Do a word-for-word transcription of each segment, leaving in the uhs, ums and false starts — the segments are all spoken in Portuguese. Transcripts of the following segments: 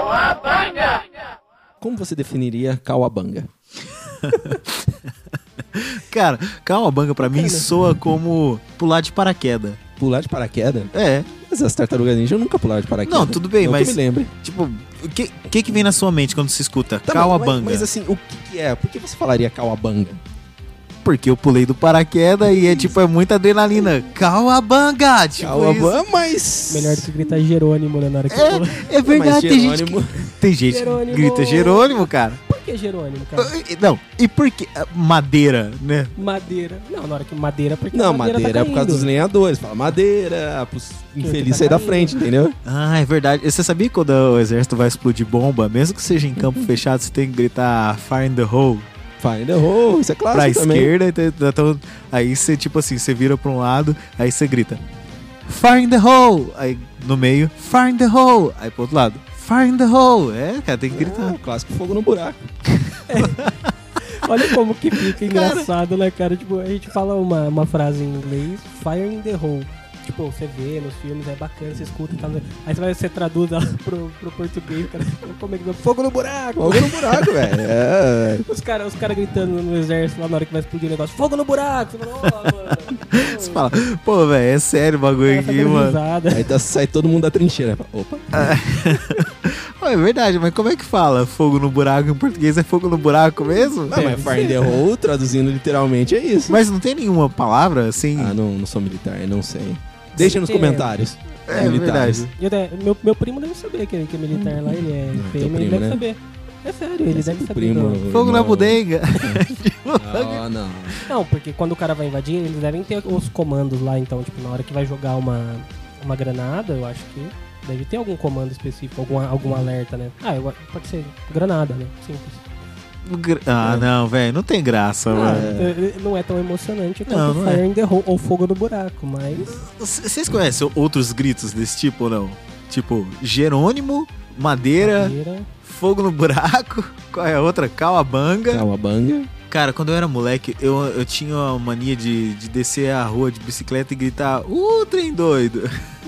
Cauabanga! Como você definiria Cauabanga? Cara, Cauabanga pra mim soa como pular de paraquedas. Pular de paraquedas? É. Mas as tartarugas ninja nunca pularam de paraquedas. Não, tudo bem, não mas... que eu me lembre. Tipo, o que, que que vem na sua mente quando você escuta Tá, Cauabanga? Mas, mas assim, o que, que é? Por que você falaria Cauabanga? Porque eu pulei do paraquedas e é tipo, é muita adrenalina. Cauabanga! Tipo Cauabanga, mas... Melhor do que gritar Jerônimo, né, na hora que É, pula. é verdade, Mas tem gente Jerônimo- que, tem gente que Jerônimo. grita Jerônimo, cara. Por que Jerônimo, cara? Não, e por que madeira, né? Madeira. Não, na hora que madeira, porque Não, a madeira, madeira tá é por causa dos caindo. lenhadores. Fala madeira, pros infelizes tá sair da caindo. frente, entendeu? Ah, é verdade. Você sabia que quando o exército vai explodir bomba, mesmo que seja em campo fechado, você tem que gritar Fire in the hole? Fire in the hole, isso é clássico Pra também. esquerda, então, então, aí você, tipo assim, você vira pra um lado, aí você grita Fire in the hole! Aí no meio, Fire in the hole! Aí pro outro lado, Fire in the hole! É, cara, tem que gritar. Ah, clássico fogo no buraco. Olha como que fica engraçado, né, cara? Tipo, a gente fala uma, uma frase em inglês, fire in the hole. Tipo, você vê nos filmes, é bacana, você escuta e tal. Aí você vai, você traduz ela pro, pro português, cara. Como é que vai? Fogo no buraco! Fogo no buraco, velho. É. Os caras os cara gritando no exército lá na hora que vai explodir o negócio. Fogo no buraco! Você fala, ó, mano. Você fala, pô, velho, é sério o bagulho aqui, mano. Aí tá, sai todo mundo da trincheira. Opa. É verdade, mas como é que fala fogo no buraco em português? É fogo no buraco mesmo? Não, mas Fire in the hole, traduzindo literalmente, é isso. Mas não tem nenhuma palavra assim? Ah, não, não sou militar, eu não sei. Deixa nos Tem. comentários. É militares. verdade. Eu até- meu, meu primo deve saber que, que é militar lá, ele é Não, P teu M, ele primo, deve né? saber. É sério, ele Esse deve é o saber. primo. do- Fogo na Irmão. bodega. Não, não. Não, porque quando o cara vai invadir, eles devem ter os comandos lá, então, tipo, na hora que vai jogar uma, uma granada, eu acho que deve ter algum comando específico, algum, algum alerta, né? Ah, eu, pode ser granada, né? Simples. Ah, não, velho, não tem graça, Ah, mano. é- não é tão emocionante quanto Não, não Fire é. in the Hole ou Fogo no Buraco, mas... C- Vocês conhecem outros gritos desse tipo ou não? Tipo, Jerônimo, madeira, Madeira. fogo no buraco, qual é a outra? Cauabanga. Cauabanga. Cara, quando eu era moleque, eu, eu tinha a mania de, de descer a rua de bicicleta e gritar, uh, trem doido.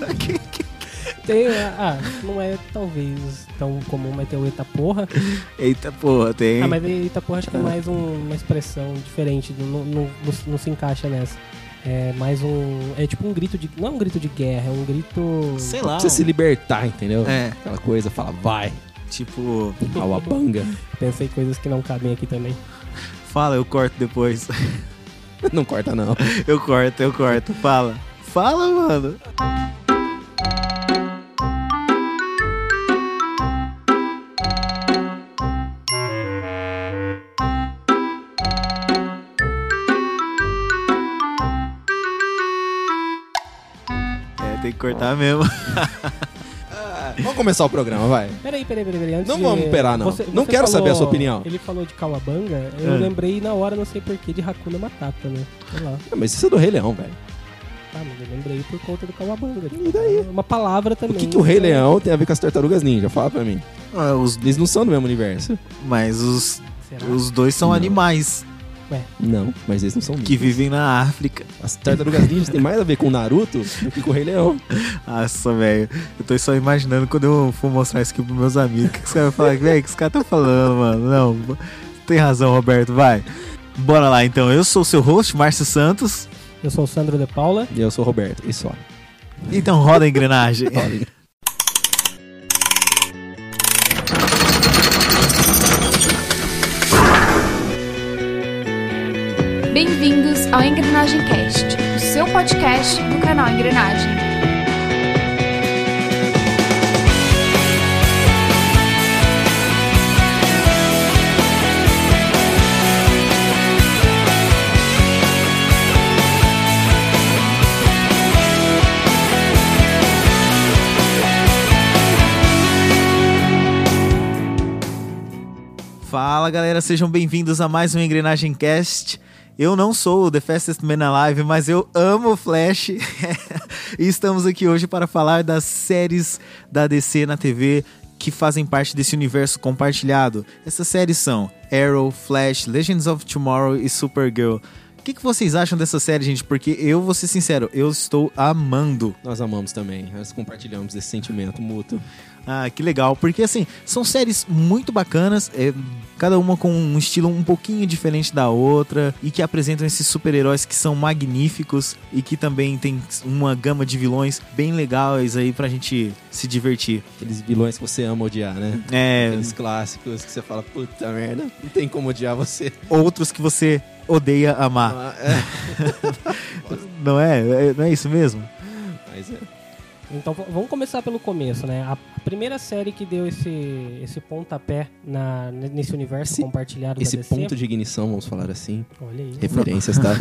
Tem, ah, não é talvez tão comum, mas tem o Eita Porra. Eita porra, tem. Ah, mas Eita Porra acho que é mais um- uma expressão diferente, não, não, não, não se encaixa nessa. É mais um. É tipo um grito de. Não é um grito de guerra, é um grito. Sei lá. Precisa se libertar, entendeu? É. Aquela coisa, fala, vai. Tipo, Cauabanga. Pensei coisas que não cabem aqui também. fala, eu corto depois. Não corta, não. Eu corto, eu corto. Fala. Fala, mano. É, tem que cortar mesmo. Vamos começar o programa, vai. Peraí, peraí, peraí. peraí. Antes Não de- vamos operar, não. Você- Não você quero falou- saber a sua opinião. Ele falou de Cauabanga, eu É. lembrei na hora, não sei porquê, de Hakuna Matata, né? Sei lá. Ah, mas isso é do Rei Leão, velho. Tá, mas eu lembrei por conta do Cauabanga. E daí? É uma palavra O também. que, que o Rei então- Leão tem a ver com as tartarugas ninja? Fala pra mim. Ah, os, Eles não são do mesmo universo. mas os, Será? os dois são Não. animais Não, mas eles não são que ninjas. vivem na África. As tartarugas ninjas têm mais a ver com o Naruto do que com o Rei Leão. Nossa, velho. Eu tô só imaginando quando eu for mostrar isso aqui pros meus amigos. O que os caras vão falar? Velho, o que os caras tá falando, mano? Não, tem razão, Roberto, vai. Bora lá, então. Eu sou o seu host, Márcio Santos. Eu sou o Sandro de Paula. E eu sou o Roberto, e só. Então roda a engrenagem. Olha, Bem-vindos ao Engrenagem Cast, o seu podcast do canal Engrenagem. Fala, galera, sejam bem-vindos a mais um Engrenagem Cast. Eu não sou o The Fastest Man Alive, mas eu amo o Flash. E estamos aqui hoje para falar das séries da D C na T V que fazem parte desse universo compartilhado. Essas séries são Arrow, Flash, Legends of Tomorrow e Supergirl. O que, que vocês acham dessa série, gente? Porque eu vou ser sincero, eu estou amando. Nós amamos também, nós compartilhamos desse sentimento mútuo. Ah, que legal, porque assim, são séries muito bacanas, é, cada uma com um estilo um pouquinho diferente da outra, e que apresentam esses super-heróis que são magníficos e que também tem uma gama de vilões bem legais aí pra gente se divertir. Aqueles vilões que você ama odiar, né? É. Aqueles clássicos que você fala, puta merda, não tem como odiar você. Outros que você odeia amar. Ah, é. Não é? é? Não é isso mesmo? Mas é. Então v- vamos começar pelo começo, né? A primeira série que deu esse, esse pontapé na, nesse universo Esse- compartilhado Esse da D C. ponto de ignição, vamos falar assim. Olha aí. Referências, tá?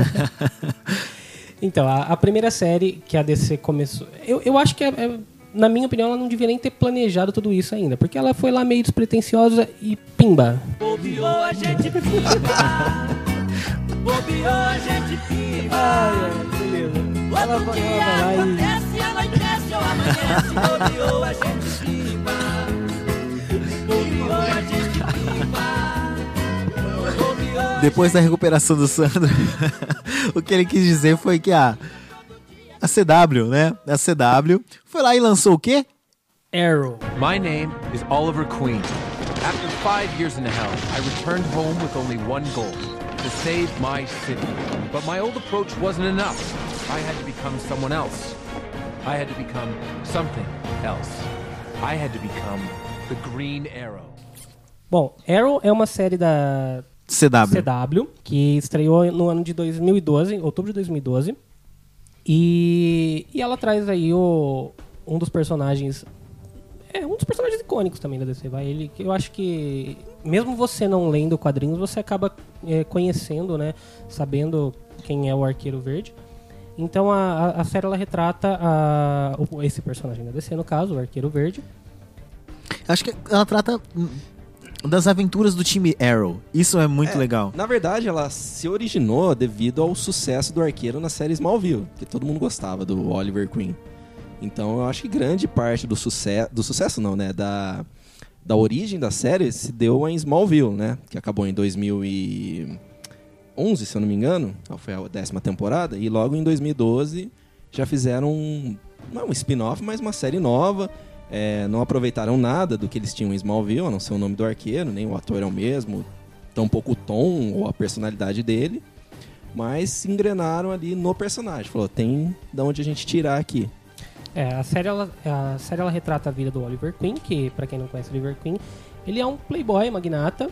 Então, a, a primeira série que a D C começou... Eu, eu acho que, é, é, na minha opinião, ela não devia nem ter planejado tudo isso ainda. Porque ela foi lá meio despretensiosa e pimba. Bobeou, a gente pimba. Bobeou, a gente pimba. Ai, ai, beleza. Ela Outro vai- dia ela vai lá e- acontece, anoitece ou amanhece. Bobeou, a gente pimba. Bobeou, a gente pimba. Bobeou, Depois da recuperação do Sandro, o que ele quis dizer foi que a, a C W, né? A C W foi lá e lançou o quê? Arrow. My name is Oliver Queen. After five years in hell, I returned home with only one goal, to save my city. But my old approach wasn't enough. I had to become someone else. I had to become something else. I had to become the Green Arrow. Bom, Arrow é uma série da C W. C W, que estreou no ano de dois mil e doze, outubro de dois mil e doze. E, e ela traz aí o, um dos personagens... É, um dos personagens icônicos também da D C. Vai. Ele, eu acho que, mesmo você não lendo quadrinhos, você acaba é, conhecendo, né? Sabendo quem é o Arqueiro Verde. Então a, a, a série ela retrata a, o, esse personagem da D C, no caso, o Arqueiro Verde. Acho que ela trata hum, das aventuras do time Arrow. Isso é muito É, legal. Na verdade, ela se originou devido ao sucesso do Arqueiro na série Smallville, que todo mundo gostava do Oliver Queen. Então eu acho que grande parte do sucesso, do sucesso não, né, da, da origem da série se deu em Smallville, né, que acabou em dois mil e onze, se eu não me engano, foi a décima temporada, e logo em dois mil e doze já fizeram um, não um spin-off, mas uma série nova. É, não aproveitaram nada do que eles tinham em Smallville, a não ser o nome do arqueiro, nem o ator é o mesmo, tampouco o tom ou a personalidade dele, mas se engrenaram ali no personagem. Falou, tem de onde a gente tirar aqui. É, a série, ela, a série ela retrata a vida do Oliver Queen, que, pra quem não conhece o Oliver Queen, ele é um playboy magnata.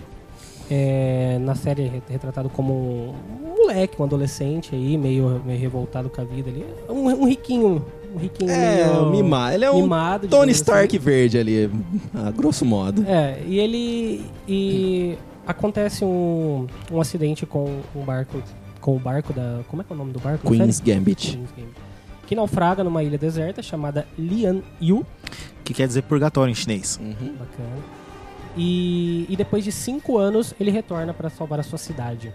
É, na série é retratado como um, um moleque, um adolescente aí, meio, meio revoltado com a vida ali. Um, um riquinho, um riquinho É, meio mimado. Ele é um mimado, Tony digamos Stark assim. verde ali, a grosso modo. É, e ele... E acontece um, um acidente com um barco, com o barco da... Como é que é o nome do barco? na Queen's série? Gambit. Queen's Gambit. Que naufraga numa ilha deserta chamada Lian Yu. Que quer dizer purgatório em chinês. Uhum. Bacana. E, e depois de cinco anos, ele retorna para salvar a sua cidade.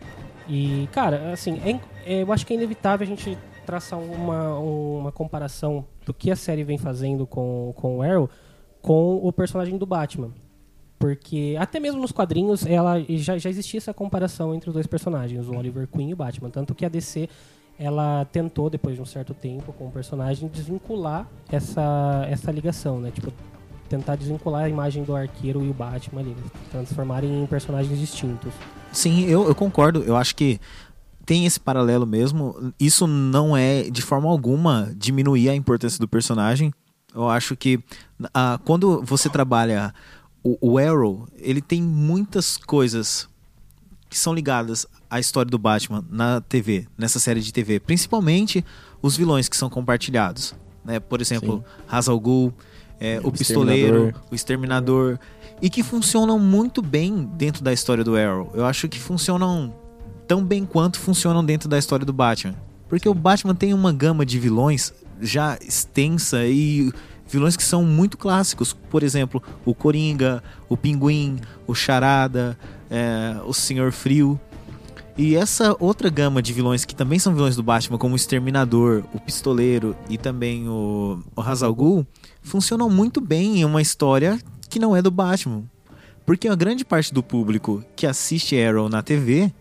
E, cara, assim, é, é, eu acho que é inevitável a gente traçar uma, uma comparação do que a série vem fazendo com, com o Arrow com o personagem do Batman. Porque até mesmo nos quadrinhos ela, já, já existia essa comparação entre os dois personagens, o Oliver Queen e o Batman. Tanto que a D C ela tentou, depois de um certo tempo, com o personagem, desvincular essa, essa ligação, né? Tipo, tentar desvincular a imagem do Arqueiro e o Batman ali, transformarem em personagens distintos. Sim, eu, eu concordo. Eu acho que tem esse paralelo mesmo. Isso não é, de forma alguma, diminuir a importância do personagem. Eu acho que ah, quando você trabalha o, o Arrow, ele tem muitas coisas que são ligadas à história do Batman na T V, nessa série de T V. Principalmente os vilões que são compartilhados, né? Por exemplo, Ra's al Ghul, é, o, O Pistoleiro, Exterminador. o Exterminador, e que funcionam muito bem dentro da história do Arrow. Eu acho que funcionam tão bem quanto funcionam dentro da história do Batman. Porque o Batman tem uma gama de vilões já extensa e vilões que são muito clássicos. Por exemplo, o Coringa, o Pinguim, o Charada, é, o Senhor Frio. E essa outra gama de vilões que também são vilões do Batman, como o Exterminador, o Pistoleiro e também o, o Ra's al Ghul, funcionam muito bem em uma história que não é do Batman. Porque a grande parte do público que assiste Arrow na T V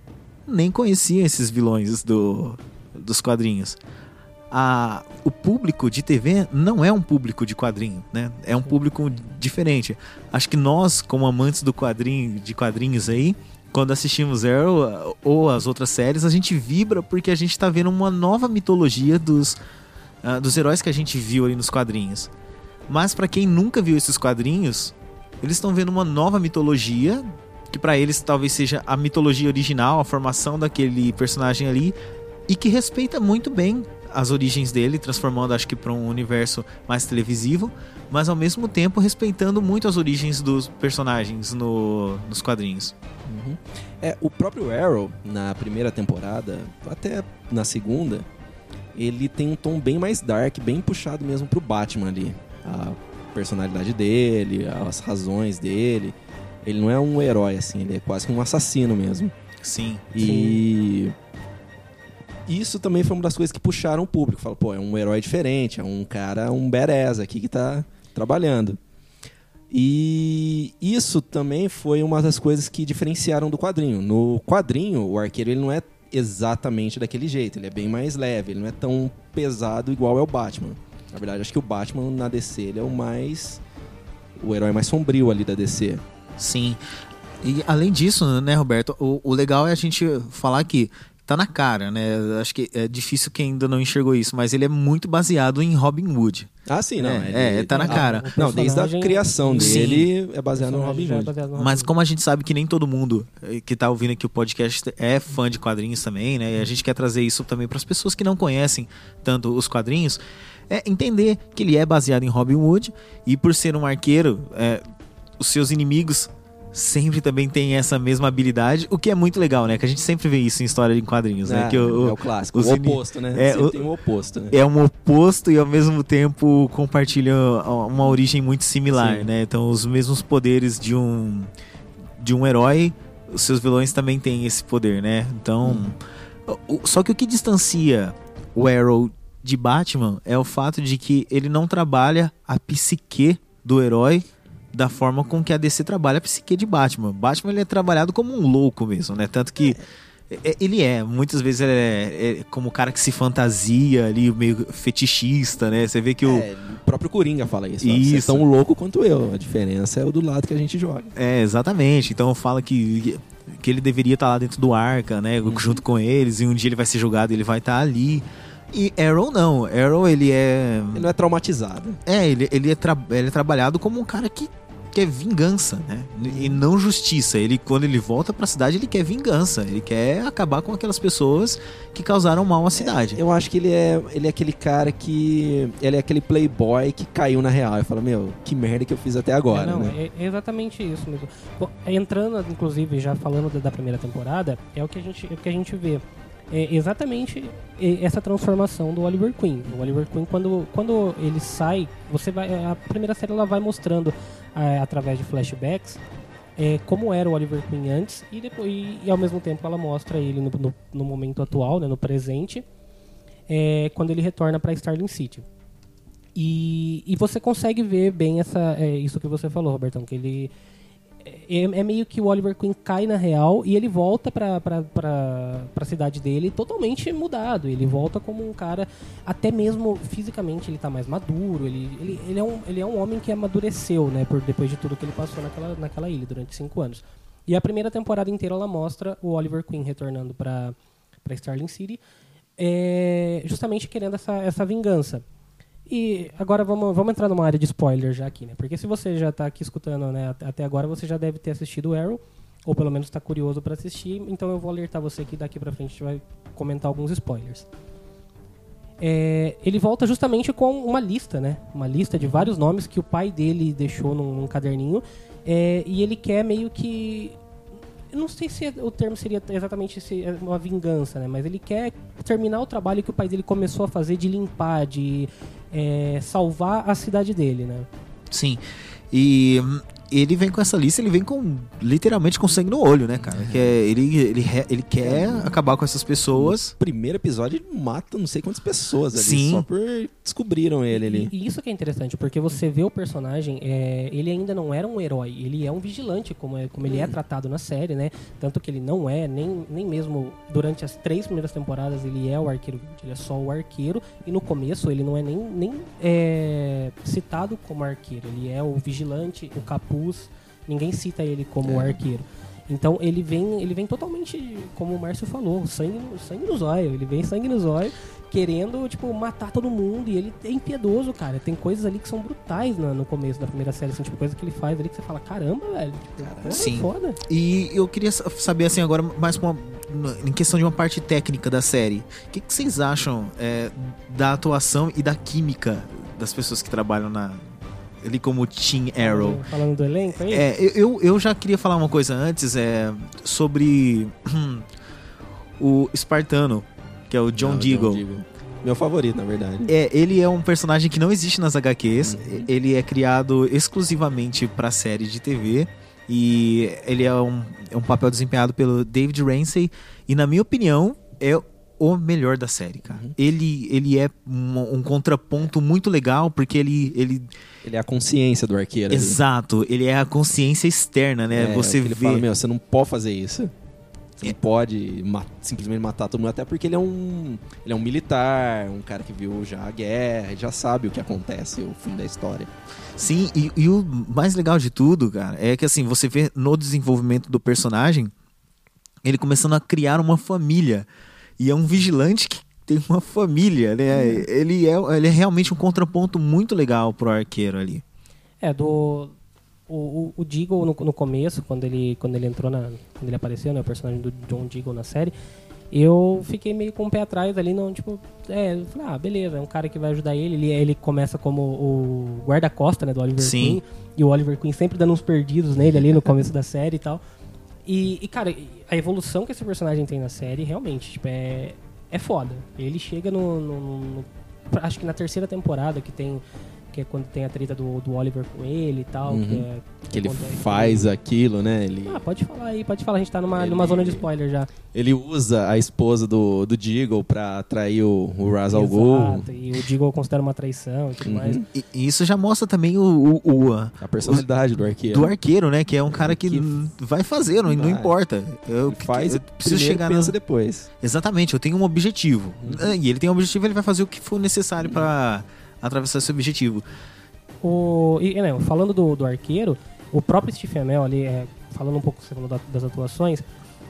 nem conheciam esses vilões do, dos quadrinhos. A, o público de T V não é um público de quadrinho, né? É um público diferente. Acho que nós, como amantes do quadrinho, de quadrinhos aí, quando assistimos Arrow ou as outras séries, a gente vibra porque a gente está vendo uma nova mitologia dos, uh, dos heróis que a gente viu ali nos quadrinhos. Mas para quem nunca viu esses quadrinhos, eles estão vendo uma nova mitologia, que para eles talvez seja a mitologia original, a formação daquele personagem ali, e que respeita muito bem as origens dele, transformando, acho que, para um universo mais televisivo, mas ao mesmo tempo respeitando muito as origens dos personagens no, nos quadrinhos. Uhum. É, o próprio Arrow, na primeira temporada, até na segunda, ele tem um tom bem mais dark, bem puxado mesmo pro Batman ali. A personalidade dele, as razões dele. Ele não é um herói, assim, ele é quase que um assassino mesmo. Sim. E... isso também foi uma das coisas que puxaram o público. Falaram, pô, é um herói diferente, é um cara, um badass aqui que tá trabalhando. E isso também foi uma das coisas que diferenciaram do quadrinho. No quadrinho, o arqueiro ele não é exatamente daquele jeito, ele é bem mais leve, ele não é tão pesado igual é o Batman. Na verdade, acho que o Batman na D C ele é o mais... o herói mais sombrio ali da D C. Sim. E além disso, né, Roberto, o, o legal é a gente falar que tá na cara, né? Acho que é difícil quem ainda não enxergou isso, mas ele é muito baseado em Robin Hood. Ah, sim, não. É, ele, é tá na ah, cara. Não, desde a criação dele sim. é baseado no Robin Hood. É mas como a gente sabe que nem todo mundo que tá ouvindo aqui o podcast é fã de quadrinhos também, né? E a gente quer trazer isso também para as pessoas que não conhecem tanto os quadrinhos, é entender que ele é baseado em Robin Hood e por ser um arqueiro, é, os seus inimigos sempre também tem essa mesma habilidade, o que é muito legal, né? Que a gente sempre vê isso em história de quadrinhos, né? É, que o, é o clássico, o oposto, né? É, o, tem um oposto, né? É um oposto e ao mesmo tempo compartilha uma origem muito similar, sim. né? Então os mesmos poderes de um de um herói, os seus vilões também têm esse poder, né? Então, hum. o, só que o que distancia o Arrow de Batman é o fato de que ele não trabalha a psique do herói da forma com que a D C trabalha a psique de Batman. Batman ele é trabalhado como um louco mesmo, né? Tanto que é. ele é, muitas vezes ele é, é como o cara que se fantasia ali, meio fetichista, né? Você vê que o... É, o próprio Coringa fala isso. isso. Você é tão louco quanto eu. A diferença é o do lado que a gente joga. É, exatamente. Então fala que, que ele deveria estar lá dentro do Arca, né? Uhum. Junto com eles, e um dia ele vai ser julgado e ele vai estar ali. E Arrow não. Arrow, ele é... Ele não é traumatizado. É, ele, ele, é, tra... ele é trabalhado como um cara que quer vingança, né? E não justiça. Ele, quando ele volta pra cidade, ele quer vingança. Ele quer acabar com aquelas pessoas que causaram mal à cidade. É, eu acho que ele é, ele é aquele cara que... Ele é aquele playboy que caiu na real. E fala, meu, que merda que eu fiz até agora, é, não, né? É, é exatamente isso mesmo. Bom, entrando, inclusive, já falando da primeira temporada, é o que a gente, é o que a gente vê. É exatamente essa transformação do Oliver Queen. O Oliver Queen, quando, quando ele sai, você vai, a primeira série ela vai mostrando é, através de flashbacks é, como era o Oliver Queen antes e, depois, e, e ao mesmo tempo ela mostra ele no, no, no momento atual, né, no presente, é, quando ele retorna para Starling City. E, e você consegue ver bem essa, é, isso que você falou, Robertão, que ele... É, é meio que o Oliver Queen cai na real e ele volta pra, pra, pra, pra cidade dele totalmente mudado. Ele volta como um cara, até mesmo fisicamente ele tá mais maduro. Ele, ele, ele, é, um, ele é um homem que amadureceu, né, por, depois de tudo que ele passou naquela, naquela ilha durante cinco anos. E a primeira temporada inteira ela mostra o Oliver Queen retornando pra, pra Starling City, é, justamente querendo essa, essa vingança. E agora vamos, vamos entrar numa área de spoiler já aqui, né? Porque se você já está aqui escutando, né, até agora, você já deve ter assistido o Arrow, ou pelo menos está curioso para assistir, então eu vou alertar você que daqui para frente a gente vai comentar alguns spoilers. É, ele volta justamente com uma lista, né? Uma lista de vários nomes que o pai dele deixou num, num caderninho, é, e ele quer meio que... Eu não sei se o termo seria exatamente uma vingança, né? Mas ele quer terminar o trabalho que o pai dele começou a fazer de limpar, de é, salvar a cidade dele, né? Sim. E ele vem com essa lista, ele vem com literalmente com sangue no olho, né, cara? Que é, ele, ele, ele quer acabar com essas pessoas. No primeiro episódio ele mata não sei quantas pessoas ali, Sim. só por descobriram ele ali. E, e isso que é interessante, porque você vê o personagem, é, ele ainda não era um herói, ele é um vigilante, como, é, como ele é tratado na série, né? Tanto que ele não é, nem, nem mesmo durante as três primeiras temporadas, ele é o arqueiro, ele é só o arqueiro, e no começo ele não é nem, nem é, citado como arqueiro, ele é o vigilante, o capuz, ninguém cita ele como o É. arqueiro. Então ele vem, ele vem totalmente, como o Márcio falou, sangue, no- sangue no zóio. Ele vem sangue no zóio, querendo, tipo, matar todo mundo. E ele é impiedoso, cara. Tem coisas ali que são brutais na- no começo da primeira série, assim, tipo, coisa que ele faz ali que você fala, caramba, velho. Tipo, porra, Sim. foda. E eu queria sa- saber, assim, agora mais uma, em questão de uma parte técnica da série. O que, que vocês acham é, da atuação e da química das pessoas que trabalham na, ali como Team Arrow? Falando do elenco aí. É, eu- eu, eu já queria falar uma coisa antes é, sobre o Espartano, que é o John Ah, o Deagle. Meu favorito, na verdade. É, ele é um personagem que não existe nas H Qs. Uhum. Ele é criado exclusivamente para série de T V. E ele é um, é um papel desempenhado pelo David Ramsey. E, na minha opinião, é o melhor da série, cara. Uhum. Ele, ele é um, um contraponto muito legal, porque ele... ele Ele é a consciência do arqueiro. ali. exato, ele é a consciência externa, né? É, Você o que ele vê... fala, meu, você não pode fazer isso. Você É. não pode ma- simplesmente matar todo mundo, até porque ele é um ele é um militar, um cara que viu já a guerra, já sabe o que acontece, o fim da história. Sim, e, e o mais legal de tudo, cara, é que assim, você vê no desenvolvimento do personagem, ele começando a criar uma família. E é um vigilante que tem uma família, né? Ele, é, ele é realmente um contraponto muito legal pro arqueiro ali. É, do. O, o, o Deagle no, no começo, quando ele, quando ele entrou na. Quando ele apareceu, né? O personagem do John Deagle na série, eu fiquei meio com o pé atrás ali, não, tipo, é, eu falei, ah, beleza, é um cara que vai ajudar ele. Ele, ele começa como o guarda-costa, né, do Oliver Sim. Queen. E o Oliver Queen sempre dando uns perdidos nele ali no começo da série e tal. E, e, cara, a evolução que esse personagem tem na série, realmente, tipo, é, é foda. Ele chega no, no- no- acho que na terceira temporada, que tem... Que é quando tem a treta do, do Oliver com ele e tal. Uhum. Que, é, Que ele acontece- faz aquilo, né? Ele, Ah, pode falar aí, pode falar. A gente tá numa, Ele- numa zona de spoiler já. ele usa a esposa do, do Deagle pra atrair o, o Ra's al Ghul. Exato, e o Deagle considera uma traição e tudo Uhum. mais. E, e isso já mostra também o, o, o- a- A personalidade do arqueiro. do arqueiro, né? Que é um cara que, Que n- vai fazer, não, não vai. importa. Eu, Ele faz eu e preciso primeiro chegar na... pensa depois. Exatamente, eu tenho um objetivo. Uhum. Ah, E ele tem um objetivo, ele vai fazer o que for necessário pra atravessar esse objetivo. O, e, né, falando do, do arqueiro, o próprio Stephen Amell ali, é, falando um pouco você falou da- das atuações,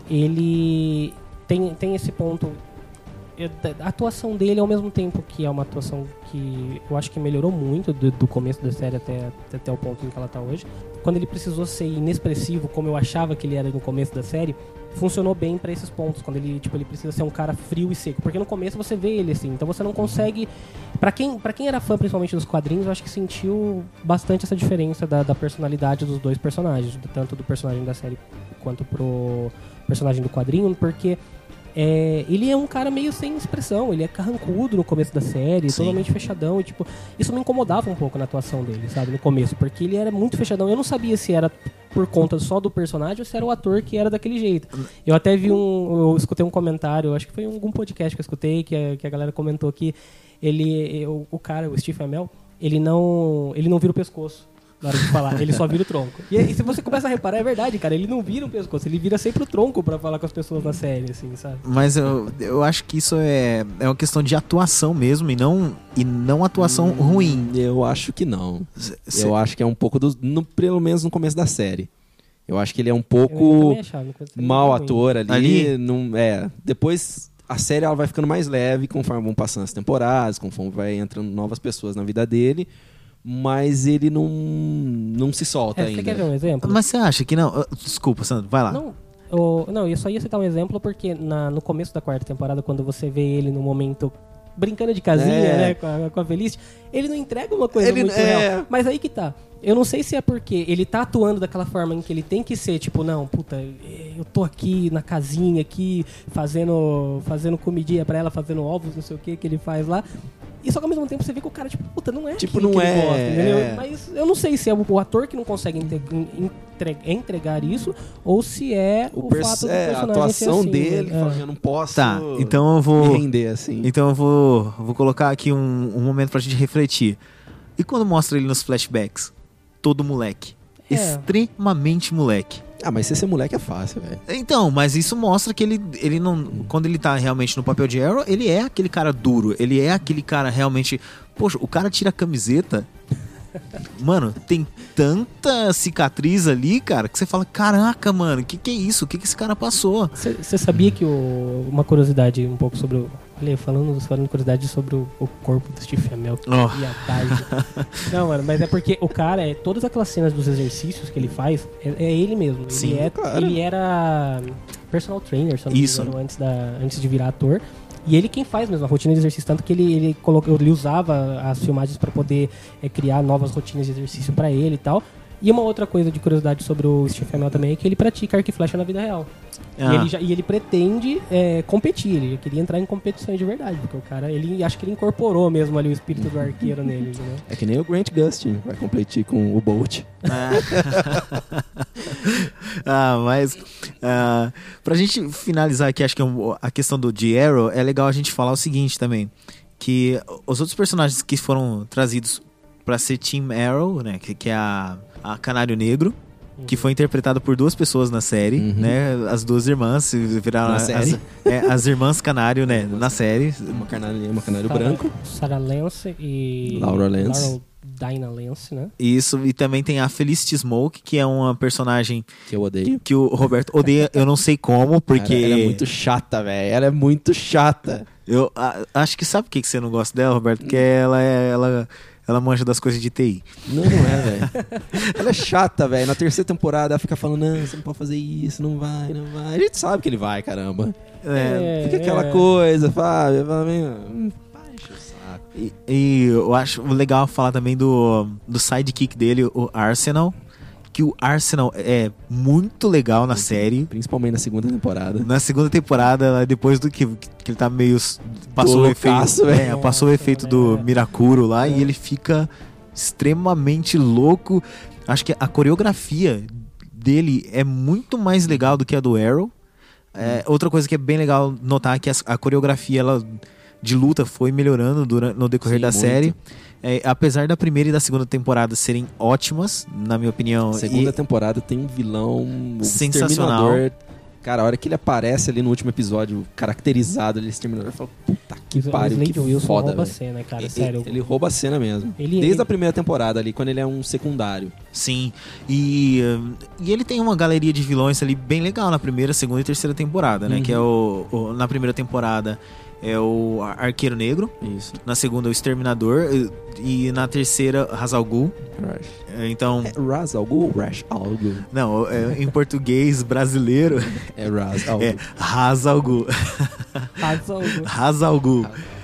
ele tem, tem esse ponto. eu- da- A atuação dele, ao mesmo tempo que é uma atuação que eu acho que melhorou muito do, do começo da série até, até o ponto em que ela está hoje. Quando ele precisou ser inexpressivo, como eu achava que ele era no começo da série, funcionou bem pra esses pontos. Quando ele, tipo, ele precisa ser um cara frio e seco. Porque no começo você vê ele assim, então você não consegue... Pra quem, pra quem era fã, principalmente dos quadrinhos, eu acho que sentiu bastante essa diferença da, da personalidade dos dois personagens. Tanto do personagem da série quanto pro personagem do quadrinho, porque... É, ele é um cara meio sem expressão, ele é carrancudo no começo da série, Sim. totalmente fechadão, e tipo, isso me incomodava um pouco na atuação dele, sabe, no começo, porque ele era muito fechadão, eu não sabia se era por conta só do personagem ou se era o ator que era daquele jeito. Eu até vi um, eu escutei um comentário, acho que foi em algum podcast que eu escutei, que a, que a galera comentou que ele, o, o cara, o Stephen Amell, ele não, ele não vira o pescoço na hora de falar, ele só vira o tronco. E, e se você começa a reparar, é verdade, cara, ele não vira o pescoço, ele vira sempre o tronco pra falar com as pessoas na série, assim, sabe? Mas eu, eu acho que isso é, é uma questão de atuação mesmo e não, e não atuação ruim. Eu acho que não. Cê- Eu acho que é um pouco do. no- pelo menos no começo da série. Eu acho que ele é um Eu pouco também achava, não conhecia mau ninguém ruim. ator ali. Ali? Não, é. Depois a série ela vai ficando mais leve conforme vão passando as temporadas, conforme vai entrando novas pessoas na vida dele. Mas ele não, não se solta É, ainda. você quer ver um exemplo? Mas você acha que não? Desculpa, Sandro, vai lá. Não, o, não, eu só ia citar um exemplo porque na, no começo da quarta temporada, quando você vê ele no momento brincando de casinha, É. né, com a, com a Felicity, ele não entrega uma coisa Ele- muito é. real. Mas aí que tá. Eu não sei se é porque ele tá atuando daquela forma em que ele tem que ser, tipo, não, puta, eu tô aqui na casinha, aqui, fazendo, fazendo comidinha pra ela, fazendo ovos, não sei o que que ele faz lá. E só que ao mesmo tempo você vê que o cara, tipo, puta, não é Tipo, aquilo não que ele é, gosta, entendeu? é. Mas eu não sei se é o, o ator que não consegue inte- entre- entregar isso ou se é o, O pers- fato do é, a personagem atuação ser assim, dele, né? falando, É. eu não posso Tá, então eu vou... me render assim. Então eu vou, vou colocar aqui um, um momento pra gente refletir. E quando mostra ele nos flashbacks? Todo moleque. É. Extremamente moleque. Ah, mas se esse moleque é fácil, velho. Então, mas isso mostra que ele, ele não... Quando ele tá realmente no papel de Arrow, ele é aquele cara duro. Ele é aquele cara realmente... Poxa, o cara tira a camiseta... Mano, tem tanta cicatriz ali, cara, que você fala, caraca, mano, que que é isso? O que que esse cara passou? Você sabia que o, uma curiosidade um pouco sobre o... Olha, falando, falando curiosidade sobre o, o corpo do Steve Amell Oh. e a tarde. Não, mano, mas é porque o cara, é, todas aquelas cenas dos exercícios que ele faz, é, é ele mesmo. Ele, Sim, é, claro. ele era personal trainer, se eu não me Isso. engano, antes, da, antes de virar ator. E ele quem faz mesmo a rotina de exercício, tanto que ele, ele, coloca, ele usava as filmagens para poder é, criar novas rotinas de exercício para ele e tal. E uma outra coisa de curiosidade sobre o Steve Amell também é que ele pratica arco e flecha na vida real. Ah. E, ele já, e ele pretende é, competir, ele queria entrar em competições de verdade, porque o cara, ele acho que ele incorporou mesmo ali o espírito do arqueiro nele, né? É que nem o Grant Gustin, vai competir com o Bolt. Ah, mas ah, pra gente finalizar aqui, acho que um- a questão do de Arrow, é legal a gente falar o seguinte também, que os outros personagens que foram trazidos pra ser Team Arrow, né, que, que é a, a Canário Negro, que foi interpretado por duas pessoas na série, Uhum. né, as duas irmãs se viraram Na as, série? é, as irmãs Canário, né, na série. Uma canário, uma canário Sarah- branco. Sarah Lance e... Laura Lance. Laura Dinah Lance, né? Isso, e também tem a Felicity Smoke, que é uma personagem Que eu odeio. que o Roberto odeia, eu não sei como, porque... Cara, ela é muito chata, velho. Ela é muito chata. Eu a- acho que sabe por que que você não gosta dela, Roberto? Porque ela é, ela, ela manja das coisas de T I. Não, não é, velho. Ela é chata, velho. Na terceira temporada ela fica falando, não, você não pode fazer isso, não vai, não vai. A gente sabe que ele vai, caramba. É, Fica aquela é. coisa, Fábio. Fala, hum, para encher o saco. e, e eu acho legal falar também do, do sidekick dele, o Arsenal. Que o Arsenal é muito legal na série. Principalmente na segunda temporada. Na segunda temporada, depois do que, que ele tá meio. Passou o loucaço, efeito. velho. É, passou o efeito do É. Mirakuro lá e ele fica extremamente louco. Acho que a coreografia dele é muito mais legal do que a do Arrow. É, outra coisa que é bem legal notar é que a, a coreografia ela, de luta foi melhorando durante, no decorrer Sim, da muito. série. É, apesar da primeira e da segunda temporada serem ótimas, na minha opinião. Segunda e- temporada tem um vilão o Sensacional. Exterminador. Cara, a hora que ele aparece ali no último episódio, caracterizado, ele exterminador, eu falo, puta que O pariu, Slade que Wilson foda, rouba a velho. cena, cara, Ele- sério. Ele rouba a cena mesmo. Ele- Desde ele- a primeira temporada ali, quando ele é um secundário. Sim, e, hum, e ele tem uma galeria de vilões ali bem legal na primeira, segunda e terceira temporada, né? Uhum. Que é o, o- na primeira temporada é o Arqueiro Negro, Isso. na segunda o Exterminador e, e na terceira Ra's al Ghul. Rash. Então, É Ra's al Ghul? Rash al Ghul. não, é, em português brasileiro É Ra's al é Ghul. Ra's al Ghul. Razão. Ra's al Ghul.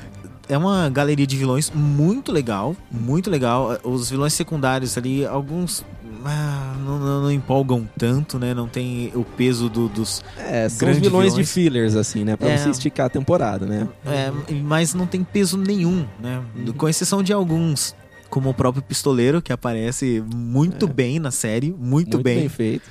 É uma galeria de vilões muito legal, muito legal. Os vilões secundários ali, alguns ah, não, não- não empolgam tanto, né? Não tem o peso do- dos... É, são os Grandes vilões, vilões. de fillers, assim, né? Pra É. você esticar a temporada, né? É, mas não tem peso nenhum, né? Com exceção de alguns, como o próprio Pistoleiro, que aparece muito bem na série, muito, Muito bem. bem feito.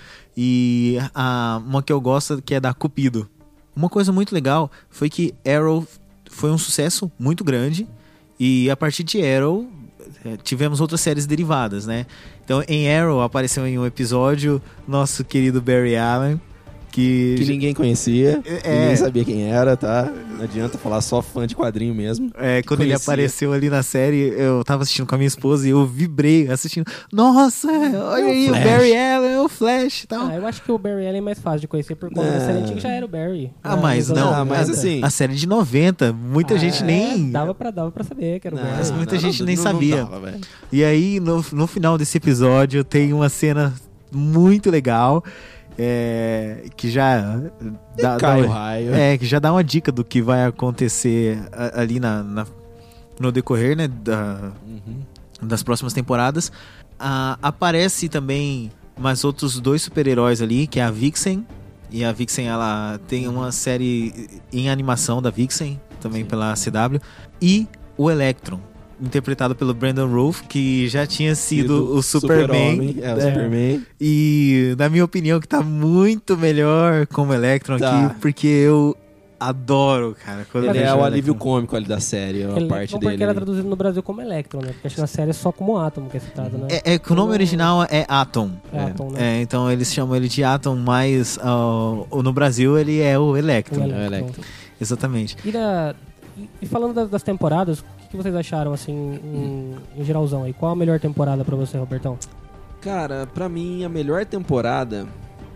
E a, uma que eu gosto, que é da Cupido. Uma coisa muito legal foi que Arrow foi um sucesso muito grande. E a partir de Arrow, eh, tivemos outras séries derivadas, né? Então, em Arrow, apareceu em um episódio nosso querido Barry Allen, que... Que ninguém conhecia, É. ninguém sabia quem era, tá? Não adianta falar só fã de quadrinho mesmo. É, quando ele Conhecia. apareceu ali na série, eu tava assistindo com a minha esposa e eu vibrei assistindo. Nossa, olha aí, o Flash. Barry Allen, o Flash e tal. Ah, eu acho que o Barry Allen é mais fácil de conhecer por conta da É. série antiga, já era o Barry. Ah, né, mas nos não, anos Ah, mas noventa. assim... A série de noventa, muita Ah, gente é, nem... Dava pra, dava pra saber que era o Não, Barry. muita não, gente não, nem não, não sabia. dava, velho. E aí, no, no final desse episódio, tem uma cena muito legal, é, que já dá, Cai dá- o raio. é, que já dá uma dica do que vai acontecer a- ali na, na- no decorrer, né, da, Uhum. das próximas temporadas. Ah, aparece também mais outros dois super-heróis ali, que é a Vixen. E a Vixen, ela tem uma série em animação da Vixen, também Sim. pela C W. E o Electron, interpretado pelo Brandon Routh, que já tinha sido o Superman. Super é, o é. Superman. E, na minha opinião, que tá muito melhor como Electron tá. aqui, porque eu adoro, cara. Quando ele eu é o vejo alívio Electron. cômico ali da série, a Electron parte porque dele. era traduzido no Brasil como Electron, né? Porque acho que na série é só como Atom que é citado, né? É, é que o nome original é Atom. É Atom, né? É, então eles chamam ele de Atom, mas uh, no Brasil ele é o Electron. O É o Electron. Electron. Exatamente. E, da, e falando das, das temporadas, o que, que vocês acharam, assim, em, em geralzão aí? Qual a melhor temporada pra você, Robertão? Cara, pra mim, a melhor temporada...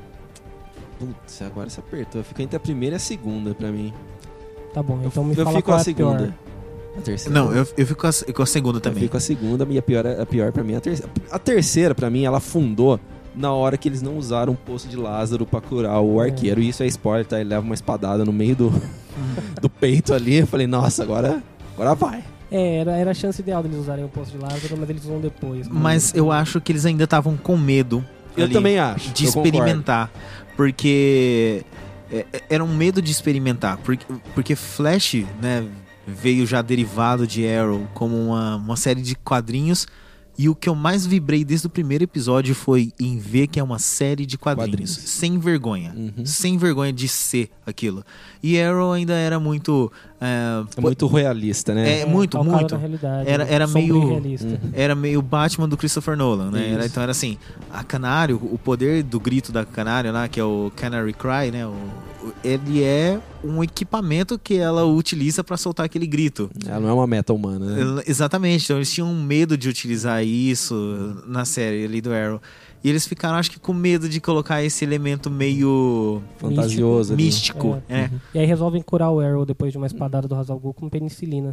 Putz, agora você apertou. Fica entre a primeira e a segunda pra mim. Tá bom, então me eu fala fico qual a é a segunda. pior. A terceira. Não, eu, eu fico com a, com a segunda também. Eu fico a segunda e a pior, a pior pra mim é a terceira. A terceira, pra mim, ela afundou na hora que eles não usaram o poço de Lázaro pra curar o arqueiro. E isso é spoiler, tá? Ele leva uma espadada no meio do, do peito ali. Eu falei, nossa, agora, agora vai. É, era, era a chance ideal deles usarem o poço de Lázaro, mas eles usam depois. Mas eu acho que eles ainda estavam com medo Eu ali também acho. de eu experimentar. Porque é, era um medo de experimentar. Porque, porque Flash, né, veio já derivado de Arrow como uma, uma série de quadrinhos. E o que eu mais vibrei desde o primeiro episódio foi em ver que é uma série de quadrinhos. Quadrinhos. Sem vergonha. Uhum. Sem vergonha de ser aquilo. E Arrow ainda era muito... É, É muito realista, né? É, muito, calcado muito. na realidade, Era- né? era Sombrio meio- e realista. Uhum. Era meio Batman do Christopher Nolan, né? Era- Isso. então era assim, a Canário, o poder do grito da Canário lá, que é o Canary Cry, né? O, o- ele é um equipamento que ela utiliza pra soltar aquele grito. Ela não é uma meta humana, né? Ela- Exatamente, então eles tinham medo de utilizar isso na série ali do Arrow. E eles ficaram, acho que, com medo de colocar esse elemento meio Fantasioso ali. místico. É. É. E aí resolvem curar o Arrow depois de uma espadada do Ra's al Ghul com penicilina.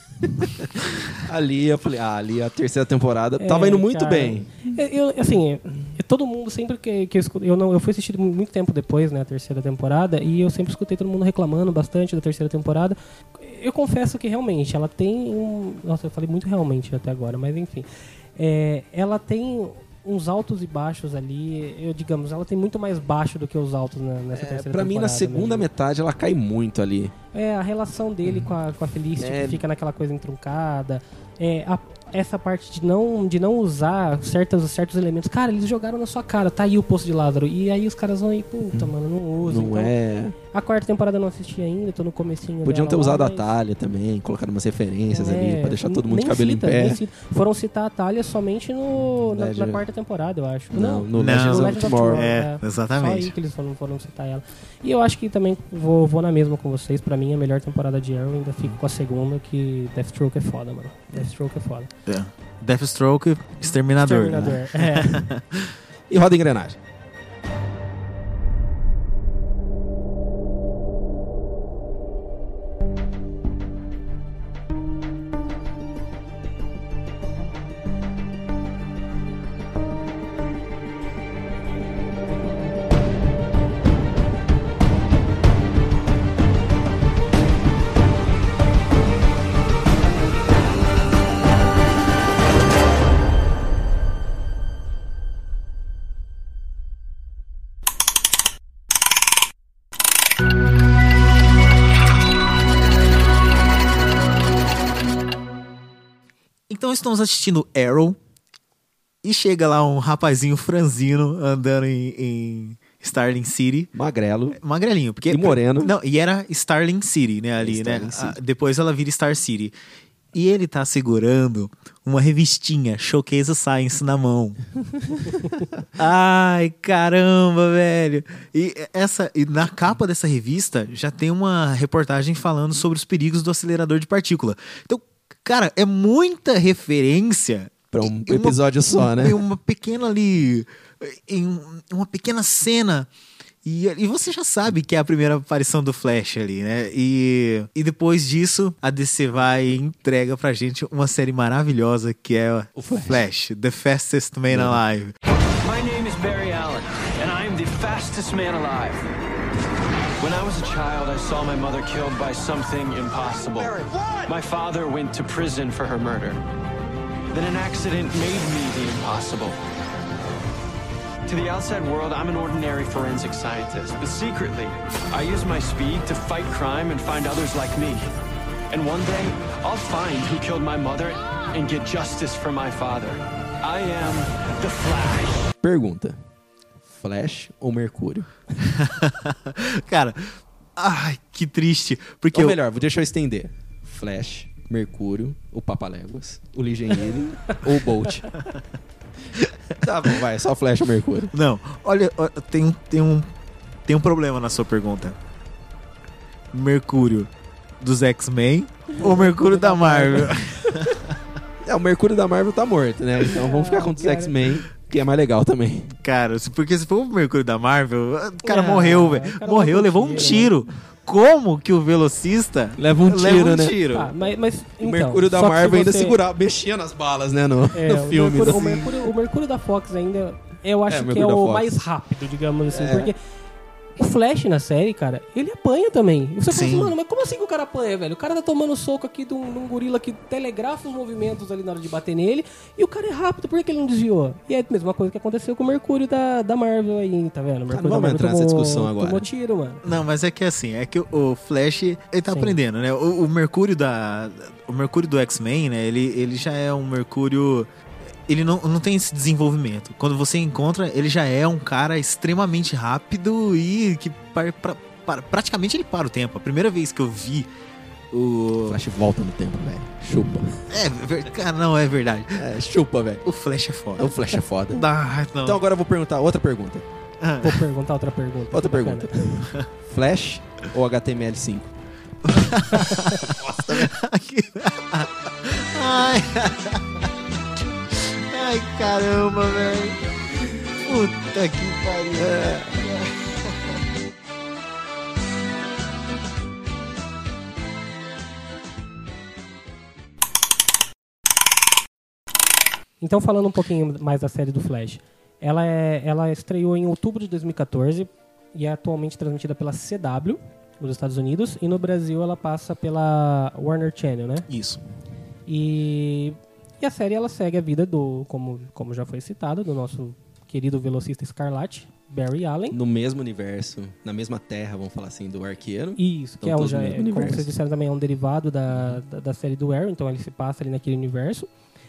Ali eu falei, ah, ali a terceira temporada É, tava indo muito cara. bem. Eu, eu, assim, é, todo mundo sempre que, que eu escutei, eu não, eu fui assistir muito tempo depois, né, a terceira temporada, e eu sempre escutei todo mundo reclamando bastante da terceira temporada. Eu confesso que realmente ela tem um, nossa, eu falei muito realmente até agora, mas enfim, é, ela tem uns altos e baixos ali, eu digamos, ela tem muito mais baixo do que os altos na, nessa É, terceira pra temporada. mim, na segunda né? metade, ela cai muito ali. É, a relação dele com a, com a Felicity, É. que fica naquela coisa entruncada. É, a- essa parte de não, de não usar certos, certos elementos. Cara, eles jogaram na sua cara, tá aí o Poço de Lázaro. E aí os caras vão aí, puta, mano, não usa. Não Então, é... a quarta temporada eu não assisti ainda, tô no comecinho Podiam dela ter lá, usado a mas- Talha também, colocado umas referências É, ali, pra deixar todo mundo de nem cabelo cita, em pé. nem cita. Foram citar a Talha somente no, na, na Legend- quarta temporada, eu acho. Não, no Não. Legends No of Legends of Tomorrow. Tomorrow. É, É. exatamente. Só aí que eles foram, foram citar ela. E eu acho que também vou, vou na mesma com vocês. Pra mim, a melhor temporada de Arrow ainda fico com a segunda, que Deathstroke é foda, mano. Deathstroke é foda. É. Deathstroke, Exterminador. Exterminador. Né? É. E roda a engrenagem. Então estamos assistindo Arrow e chega lá um rapazinho franzino andando em, em Starling City. Magrelo. Magrelinho, porque... E moreno. Não, e era Starling City, né, ali, Starling né? City. Ah, depois ela vira Star City. E ele tá segurando uma revistinha Showcase Science na mão. Ai, caramba, velho. E essa e na capa dessa revista já tem uma reportagem falando sobre os perigos do acelerador de partícula. Então, cara, é muita referência Pra um em uma- episódio só, né? Em uma pequena ali, em uma pequena cena. E, e você já sabe que é a primeira aparição do Flash ali, né? E, e depois disso, a D C vai e entrega pra gente uma série maravilhosa que é o Flash. Flash, The Fastest Man Alive. My name is Barry Allen, and I am the fastest man alive. When I was a child, I saw my mother killed by something impossible. My father went to prison for her murder. Then an accident made me the impossible. To the outside world, I'm an ordinary forensic scientist, but secretly, I use my speed to fight crime and find others like me. And one day, I'll find who killed my mother and get justice for my father. I am the Flash. Pergunta: Flash ou Mercúrio? Cara, ai, que triste. Porque Ou eu... melhor, deixa eu estender. Flash, Mercúrio, o Papaléguas, o Lee Engenheiro ou o Bolt? Tá bom, vai, só Flash ou Mercúrio. Não, olha, olha, tem, tem, um, tem um problema na sua pergunta. Mercúrio dos X-Men ou Mercúrio da Marvel? É, o Mercúrio da Marvel tá morto, né? Então vamos ficar com os X-Men, que é mais legal também. Cara, se- porque se for o Mercúrio da Marvel, o cara Ah, morreu, o velho. cara Morreu, levou levou um um tiro, tiro. Como que o velocista Leva um tiro, leva um né? tiro? Tá, mas, mas, O então, Mercúrio da só que Marvel se ainda você- segurava, mexia nas balas, né? No, É, no o filme. Mercúrio, assim. o, Mercúrio, o Mercúrio da Fox ainda, eu acho É, o que é Mercúrio da o Fox. mais rápido, digamos assim. É. Porque o Flash na série, cara, ele apanha também. E você fala Sim. assim, mano, mas como assim que o cara apanha, velho? O cara tá tomando soco aqui de um, de um gorila que telegrafa os movimentos ali na hora de bater nele. E o cara é rápido, por que ele não desviou? E é a mesma coisa que aconteceu com o Mercúrio da, da Marvel aí, tá vendo? O Mercúrio não vamos da Marvel entrar nessa tomou, discussão agora. tomou tiro, mano. Não, mas é que assim, é que o- o Flash, ele tá Sim. aprendendo, né? O, o Mercúrio da o Mercúrio do X-Men, né? Ele, ele já é um Mercúrio, ele não, não tem esse desenvolvimento. Quando você encontra, ele já é um cara extremamente rápido e que par- pra- pra- praticamente ele para o tempo. A primeira vez que eu vi o Flash volta no tempo, velho. Chupa. é, ver- cara, não é verdade. É, chupa, velho. O Flash é foda. O Flash é foda. Ah, não. Então agora eu vou perguntar outra pergunta. Ah, Vou perguntar outra pergunta. Outra Que bacana. pergunta. Flash ou H T M L cinco? Ai, ai, caramba, velho. Puta que pariu. Então, falando um pouquinho mais da série do Flash, ela, é, ela estreou em outubro de dois mil e quatorze e é atualmente transmitida pela C W nos Estados Unidos, e no Brasil ela passa pela Warner Channel, né? Isso. E, e a série ela segue a vida do, como, como já foi citado, do nosso querido velocista escarlate, Barry Allen. No mesmo universo, na mesma terra, vamos falar assim, do arqueiro. Isso, que Então, é, um, todos já, no é, mesmo como universo. vocês disseram também, é um derivado da, da, da série do Arrow, então ele se passa ali naquele universo.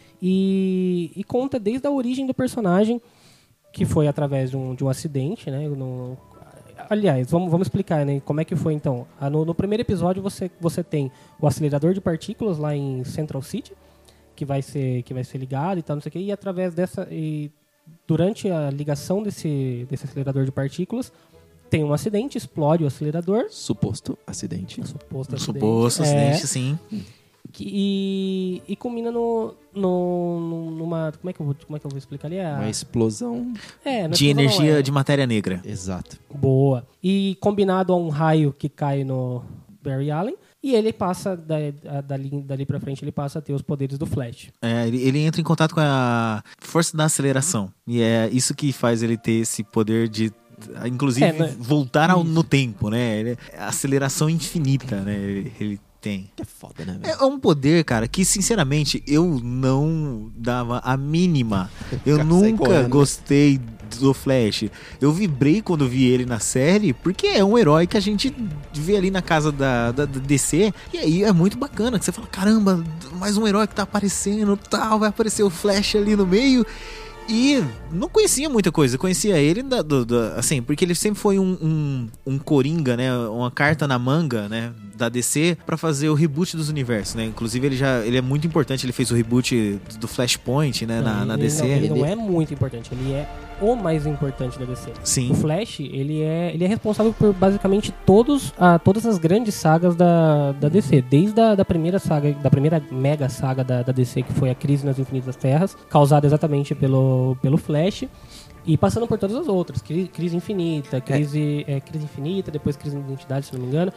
E, e conta desde a origem do personagem, que foi através de um, de um acidente, né? No, aliás, vamos, vamos explicar, né? Como é que foi, então. Ah, No, no primeiro episódio, você, você tem o acelerador de partículas lá em Central City, que vai ser, que vai ser ligado e tal, não sei o quê. E através dessa... E durante a ligação desse, desse acelerador de partículas, tem um acidente, explode o acelerador. Suposto acidente. Suposto Um acidente. suposto É, acidente, sim. que- e, e culmina no, no, numa... Como é, que eu vou, como é que eu vou explicar ali? A, Uma explosão. é, não é De explosão, energia não, é- de matéria negra. Exato. Boa. E combinado a um raio que cai no Barry Allen. E ele passa, da, a- dali, dali pra frente, ele passa a ter os poderes do Flash. É, ele, ele entra em contato com a força da aceleração. E é isso que faz ele ter esse poder de, inclusive, É, né? voltar ao, no tempo, né? Ele, é aceleração infinita, né? Ele, ele tem. Que é foda, né, velho? É um poder, cara, que sinceramente eu não dava a mínima. Eu Sai nunca correndo. gostei do Flash. Eu vibrei quando vi ele na série, porque é um herói que a gente vê ali na casa da, da, da D C. E aí é muito bacana, que você fala, caramba, mais um herói que tá aparecendo, tal, vai aparecer o Flash ali no meio. E não conhecia muita coisa, conhecia ele da, do, do- assim, porque ele sempre foi um, um, um coringa, né, uma carta na manga, né, da D C pra fazer o reboot dos universos, né, inclusive ele já, ele é muito importante, ele fez o reboot do Flashpoint, né, na, Não, na ele, D C. Não, ele não é muito importante, ele é o mais importante da D C. Sim. O Flash, ele é, ele é responsável por basicamente todos, ah, todas as grandes sagas da, da D C. Desde a da primeira saga, da primeira mega saga da, da D C, que foi a Crise nas Infinitas Terras, causada exatamente pelo, pelo Flash. E passando por todas as outras. Crise, crise Infinita, crise, é, crise Infinita, depois Crise de Identidade, se não me engano.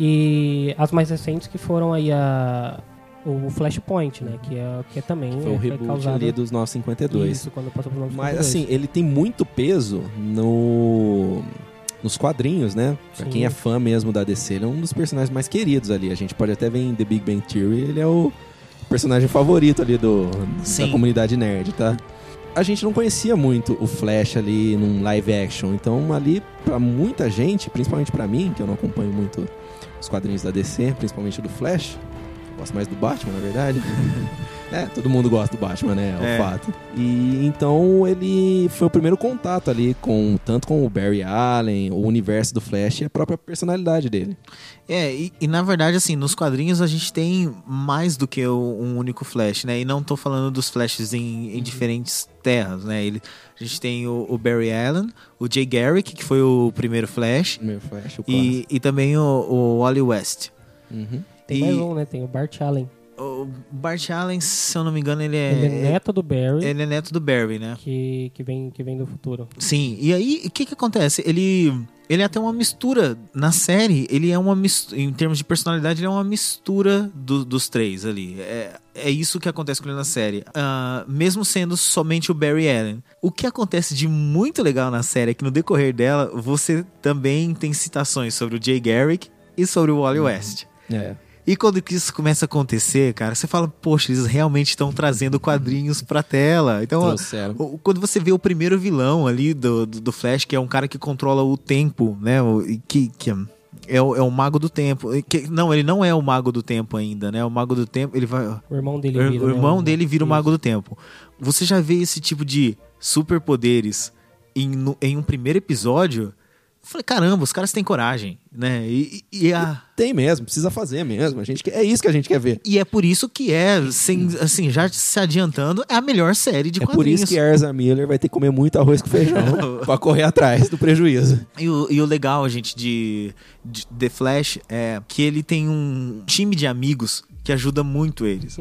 E as mais recentes que foram aí a... O Flashpoint, né? Que é, que é também... Foi o é, reboot causado- ali dos novos cinquenta e dois. Isso, quando passou pro nove Mas cinquenta e dois. assim, ele tem muito peso no nos quadrinhos, né? Pra Sim. quem é fã mesmo da D C, ele é um dos personagens mais queridos ali. A gente pode até ver em The Big Bang Theory, ele é o personagem favorito ali do, Sim. da comunidade nerd, tá? A gente não conhecia muito o Flash ali num live action, então ali pra muita gente, principalmente pra mim, que eu não acompanho muito os quadrinhos da D C, principalmente do Flash, Gosto mais do Batman, na verdade. É, todo mundo gosta do Batman, né? É o É. fato. E então ele foi o primeiro contato ali com tanto com o Barry Allen, o universo do Flash e a própria personalidade dele. É, e, e na verdade, assim, nos quadrinhos a gente tem mais do que o- um único Flash, né? E não tô falando dos Flashes em, em diferentes terras, né? Ele, a gente tem o, o Barry Allen, o Jay Garrick, que foi o primeiro Flash, O primeiro Flash, o e, e também o, o Wally West. Uhum. Tem E mais um, né? Tem o Bart Allen. o Bart Allen, se eu não me engano, ele é, Ele é neto do Barry, ele é neto do Barry, né? que, que, vem, que vem do futuro. Sim, e aí, o que que acontece? Ele, ele é até uma mistura, na série, ele é uma mistura, em termos de personalidade, ele é uma mistura do- dos três ali. É, é isso que acontece com ele na série. Ah, mesmo sendo somente o Barry Allen. O que acontece de muito legal na série é que no decorrer dela, você também tem citações sobre o Jay Garrick e sobre o Wally West. É. E quando que isso começa a acontecer, cara, você fala, poxa, eles realmente estão trazendo quadrinhos pra tela. Então, ó, Trouxeram. o- quando você vê o primeiro vilão ali do, do, do Flash, que é um cara que controla o tempo, né? o- e que, que é, o, é o mago do tempo. E que- não, ele não é o mago do tempo ainda, né? O mago do tempo, ele vai... O irmão dele O, vira. o né, irmão o- dele vira o Isso. mago do tempo. Você já vê esse tipo de superpoderes em, no- em um primeiro episódio... Eu falei, caramba, os caras têm coragem, né? E, e- e a... Tem mesmo, precisa fazer mesmo. A gente quer- é isso que a gente quer ver. E é por isso que é, sem, assim, já se adiantando, é a melhor série de É por quadrinhos. isso que a Ezra Miller vai ter que comer muito arroz com feijão pra correr atrás do prejuízo. E o, e o legal, gente, de, de The Flash é que ele tem um time de amigos que ajuda muito eles.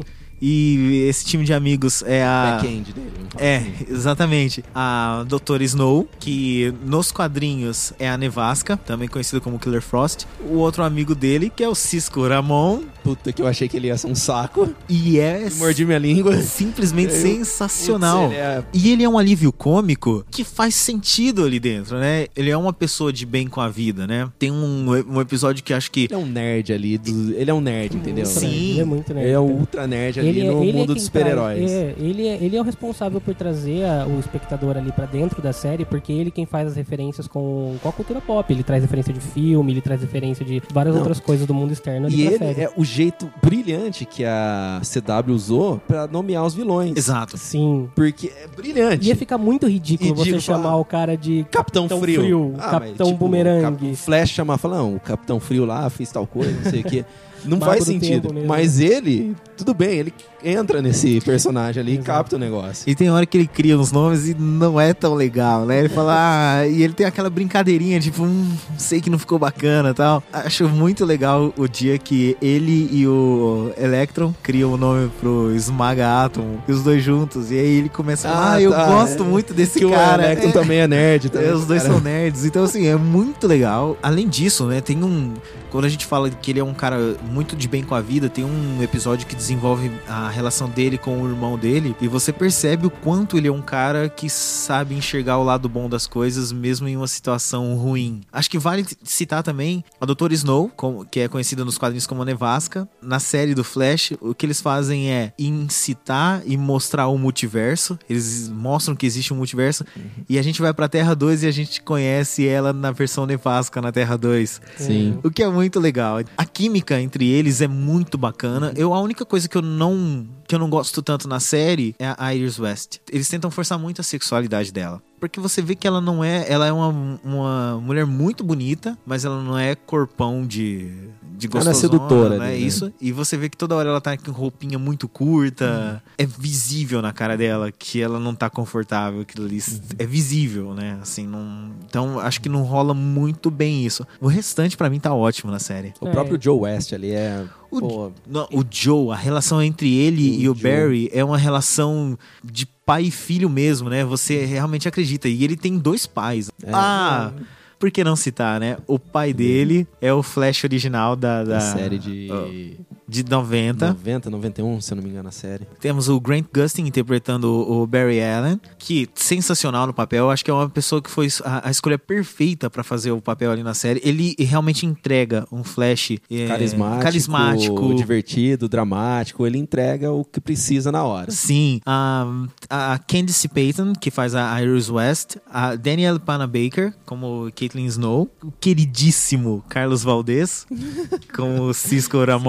E esse time de amigos é a... Back-end dele. vamos falar É, assim. exatamente. A doutora Snow, que nos quadrinhos é a Nevasca, também conhecida como Killer Frost. O outro amigo dele, que é o Cisco Ramon. Puta que eu achei que ele ia ser um saco. E é Mordi minha língua. simplesmente Eu- sensacional. Putz, ele é- E ele é um alívio cômico que faz sentido ali dentro, né? Ele é uma pessoa de bem com a vida, né? Tem um, um episódio que acho que... Ele é um nerd ali. do- Ele é um nerd, entendeu? Sim. Ele é muito nerd. Ele é o cara. ultra nerd ali Ele é- no ele é mundo quem dos super-heróis. traz- é, ele, é, ele é o responsável por trazer a- o espectador ali pra dentro da série, porque ele quem faz as referências com, com a cultura pop. Ele traz referência de filme, ele traz referência de várias Não. outras coisas do mundo externo ali E pra ele série. é o jeito brilhante que a C W usou pra nomear os vilões. Exato. Sim. Porque é brilhante. Ia ficar muito ridículo, Ridículo você chamar falar. o cara de Capitão, Frio. Ah, mas, Capitão tipo, Bumerangue. Cap- O Flash chamar e falar, não, o Capitão Frio lá fez tal coisa, não sei o quê. Não Mago faz do sentido. tempo mesmo. Mas ele, tudo bem, ele entra nesse personagem ali e Exato. capta o negócio. E tem hora que ele cria uns nomes e não é tão legal, né? Ele fala, ah, e ele tem aquela brincadeirinha, tipo, hum, sei que não ficou bacana e tal. Acho muito legal o dia que ele e o Electron criam o nome pro Esmaga Átomo, e os dois juntos. E aí ele começa a falar, ah, Ah, eu tá, gosto é. muito desse que cara. o Electron É. também é nerd. Também, É, os dois cara. são nerds, então assim, é muito legal. Além disso, né, tem um... Quando a gente fala que ele é um cara muito de bem com a vida, tem um episódio que desenvolve a relação dele com o irmão dele, e você percebe o quanto ele é um cara que sabe enxergar o lado bom das coisas, mesmo em uma situação ruim. Acho que vale citar também a doutora Snow, como- que é conhecida nos quadrinhos como a Nevasca. Na série do Flash, o que eles fazem é incitar e mostrar o multiverso. Eles mostram que existe um multiverso, e a gente vai pra Terra dois e a gente conhece ela na versão Nevasca na Terra dois. Sim. O que é muito legal. A química entre eles é muito bacana. Eu, a única coisa que eu não que eu não gosto tanto na série é a Iris West. Eles tentam forçar muito a sexualidade dela. Porque você vê que ela não é... Ela é uma, uma mulher muito bonita, mas ela não é corpão de, de Ela não é gostosona, sedutora né? ali, né? Isso. E você vê que toda hora ela tá com roupinha muito curta. É visível na cara dela que ela não tá confortável. Aquilo ali. É visível, né? Assim, não... Então, acho que não rola muito bem isso. O restante, pra mim, tá ótimo na série. O É. próprio Joe West ali é... O, pô, não, o Joe, a relação entre ele O e o Joe. Barry é uma relação de pai e filho mesmo, né? Você realmente acredita. E ele tem dois pais. É. Ah, por que não citar, né? O pai dele é o Flash original da, da da série de de noventa. noventa, noventa e um, se eu não me engano, a série. Temos o Grant Gustin interpretando o o Barry Allen, que sensacional no papel. Acho que é uma pessoa que foi a, a escolha perfeita pra fazer o papel ali na série. Ele realmente entrega um Flash é, Carismático, carismático. divertido, dramático. Ele entrega o que precisa na hora. Sim, a, a Candice Payton, que faz a Iris West, a Danielle Panabaker, como Caitlin Snow, o queridíssimo Carlos Valdez, como Cisco Ramon, Ramon.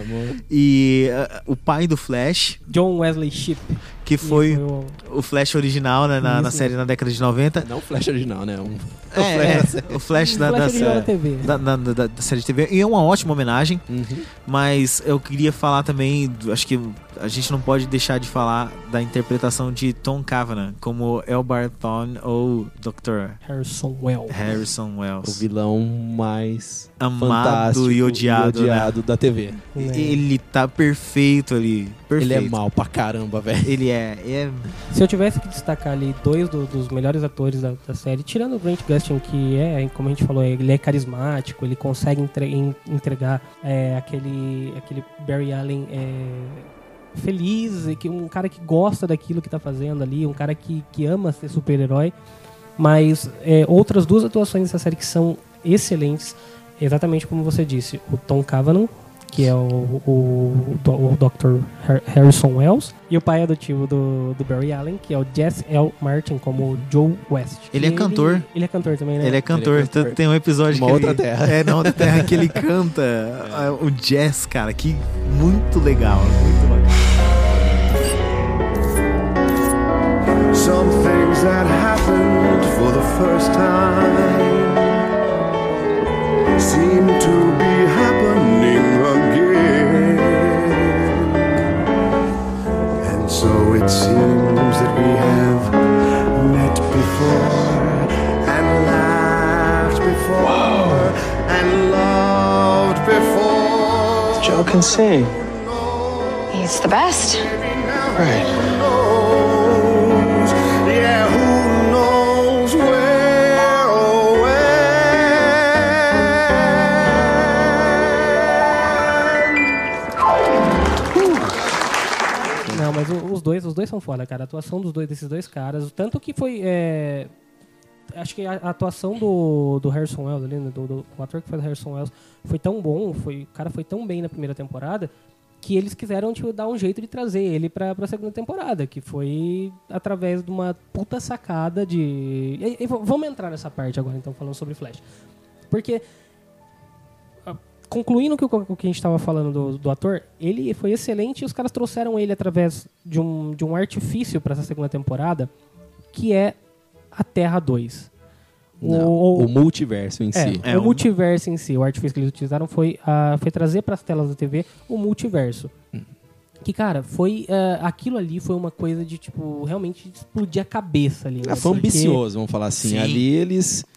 amor. E uh, o pai do Flash, John Wesley Shipp. que foi foi o- o Flash original, né, na, na Isso. série na década de noventa. Não o Flash original, né? Um... É, é, o Flash da, Flash da, original da, da T V. da, da- da- da série de T V. E é uma ótima homenagem, Uhum. mas eu queria falar também, do- acho que a gente não pode deixar de falar da interpretação de Tom Cavanagh como Elbar Thawne ou doutor Harrison Wells. Harrison O Wells. vilão mais Amado fantástico e odiado, e odiado da T V. Né? Ele tá perfeito ali. Perfeito. Ele é mal pra caramba, velho. Ele é, é Se eu tivesse que destacar ali dois do- dos melhores atores da, da série, tirando o Grant Gustin, que é, como a gente falou, ele é carismático, ele consegue entre- en- entregar é, aquele, aquele Barry Allen é, feliz, e que um cara que gosta daquilo que tá fazendo ali, um cara que, que ama ser super-herói. Mas é, outras duas atuações dessa série que são excelentes, exatamente como você disse, o Tom Cavanagh, que é o, o, o, o doutor Har- Harrison Wells, e o pai adotivo do, do Barry Allen, que é o Jesse L. Martin, como Joe West. Ele é E cantor. Ele é cantor também, né? Ele é cantor, Ele é cantor. tem um episódio Uma que outra ele, terra. É, na outra terra que ele canta ah, o jazz, cara, que muito legal, muito bacana. Some things that happened for the first time seem to be happening again. And so it seems that we have met before and laughed before and loved before. Joe can sing. He's the best. Right. Yeah, who knows where or when. Não, mas o- os dois, os dois são foda, cara. A atuação dos dois, desses dois caras, tanto que foi... é, acho que a, a atuação do, do Harrison Wells ali, né, do, do, o ator que faz o Harrison Wells, foi tão bom, foi, o cara foi tão bem na primeira temporada, que eles quiseram tipo, dar um jeito de trazer ele pra, pra segunda temporada, que foi através de uma puta sacada de... E, e, v- vamos entrar nessa parte agora, então, falando sobre Flash. Porque, ah, concluindo o que, o que a gente estava falando do, do ator, ele foi excelente e os caras trouxeram ele através de um, de um artifício para essa segunda temporada, que é a Terra dois. Não, O- o multiverso em É, si. É o um- multiverso em si, o artifício que eles utilizaram foi, ah, foi trazer para as telas da T V o multiverso. Que, cara, foi ah, aquilo ali foi uma coisa de, tipo, realmente explodir a cabeça ali. né? Ah, foi Porque- ambicioso, vamos falar assim. Sim. Ali eles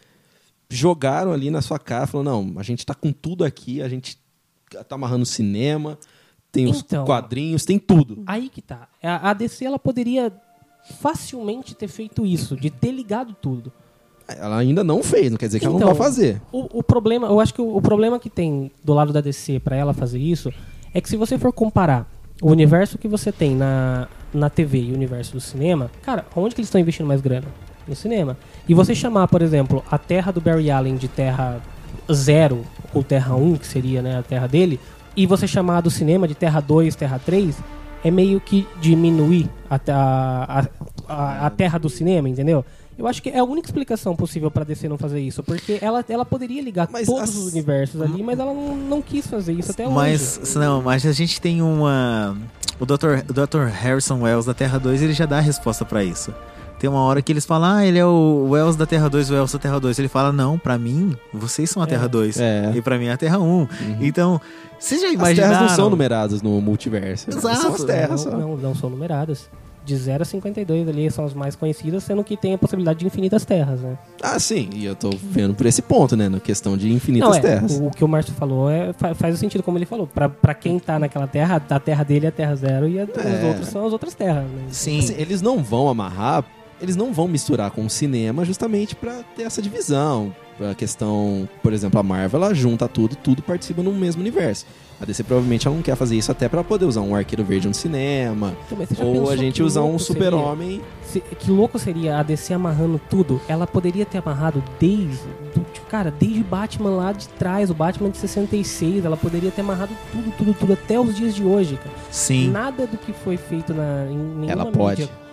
jogaram ali na sua cara, falaram, não, a gente tá com tudo aqui, a gente tá amarrando o cinema, tem os Então. quadrinhos, tem tudo. Aí que tá. A, a D C, ela poderia facilmente ter feito isso, de ter ligado tudo. Ela ainda não fez, não quer dizer que ela Então, não vai fazer. O, o problema, eu acho que o, o problema que tem do lado da D C pra ela fazer isso é que se você for comparar o universo que você tem na, na T V e o universo do cinema, cara, onde que eles estão investindo mais grana? No cinema. E você chamar, por exemplo, a Terra do Barry Allen de Terra Zero ou Terra um, que seria, né, a Terra dele, e você chamar do cinema de Terra dois, Terra três, é meio que diminuir a, a, a, a, a Terra do cinema, entendeu? Eu acho que é a única explicação possível pra D C não fazer isso, porque ela, ela poderia ligar Mas todos as- os universos ali, mas ela não, não quis fazer isso até Mas, hoje. não, mas a gente tem uma... O doutor o doutor Harrison Wells da Terra dois, ele já dá a resposta pra isso. Tem uma hora que eles falam, ah, ele é o Wells da Terra dois, o Wells da Terra dois. Ele fala, não, pra mim, vocês são a Terra dois. É. E pra mim é a Terra um. Então, vocês já As imaginaram... terras não são numeradas no multiverso. Exato. São as terras só. Não, não, não são numeradas. De zero a cinquenta e dois ali são as mais conhecidas, sendo que tem a possibilidade de infinitas terras, né? Ah, sim, e eu tô vendo por esse ponto, né? Na questão de infinitas Não, é, terras. o, o que o Márcio falou é, fa- faz o sentido como ele falou. Pra, pra quem tá naquela terra, a terra dele é a terra zero e a, os É. outros são as outras terras, né? Sim. Assim, eles não vão amarrar, eles não vão misturar com o cinema justamente pra ter essa divisão. A questão, por exemplo, a Marvel, ela junta tudo, tudo participa no mesmo universo. A D C provavelmente ela não quer fazer isso até pra poder usar um Arqueiro Verde no cinema, Então, mas você já ou pensou a gente que usar um louco super-homem. seria? Se- que louco seria a D C amarrando tudo? Ela poderia ter amarrado desde, do- tipo, cara, desde Batman lá de trás, o Batman de sessenta e seis, ela poderia ter amarrado tudo, tudo, tudo até os dias de hoje, cara. Sim. Nada do que foi feito na, em nenhuma Ela pode. mídia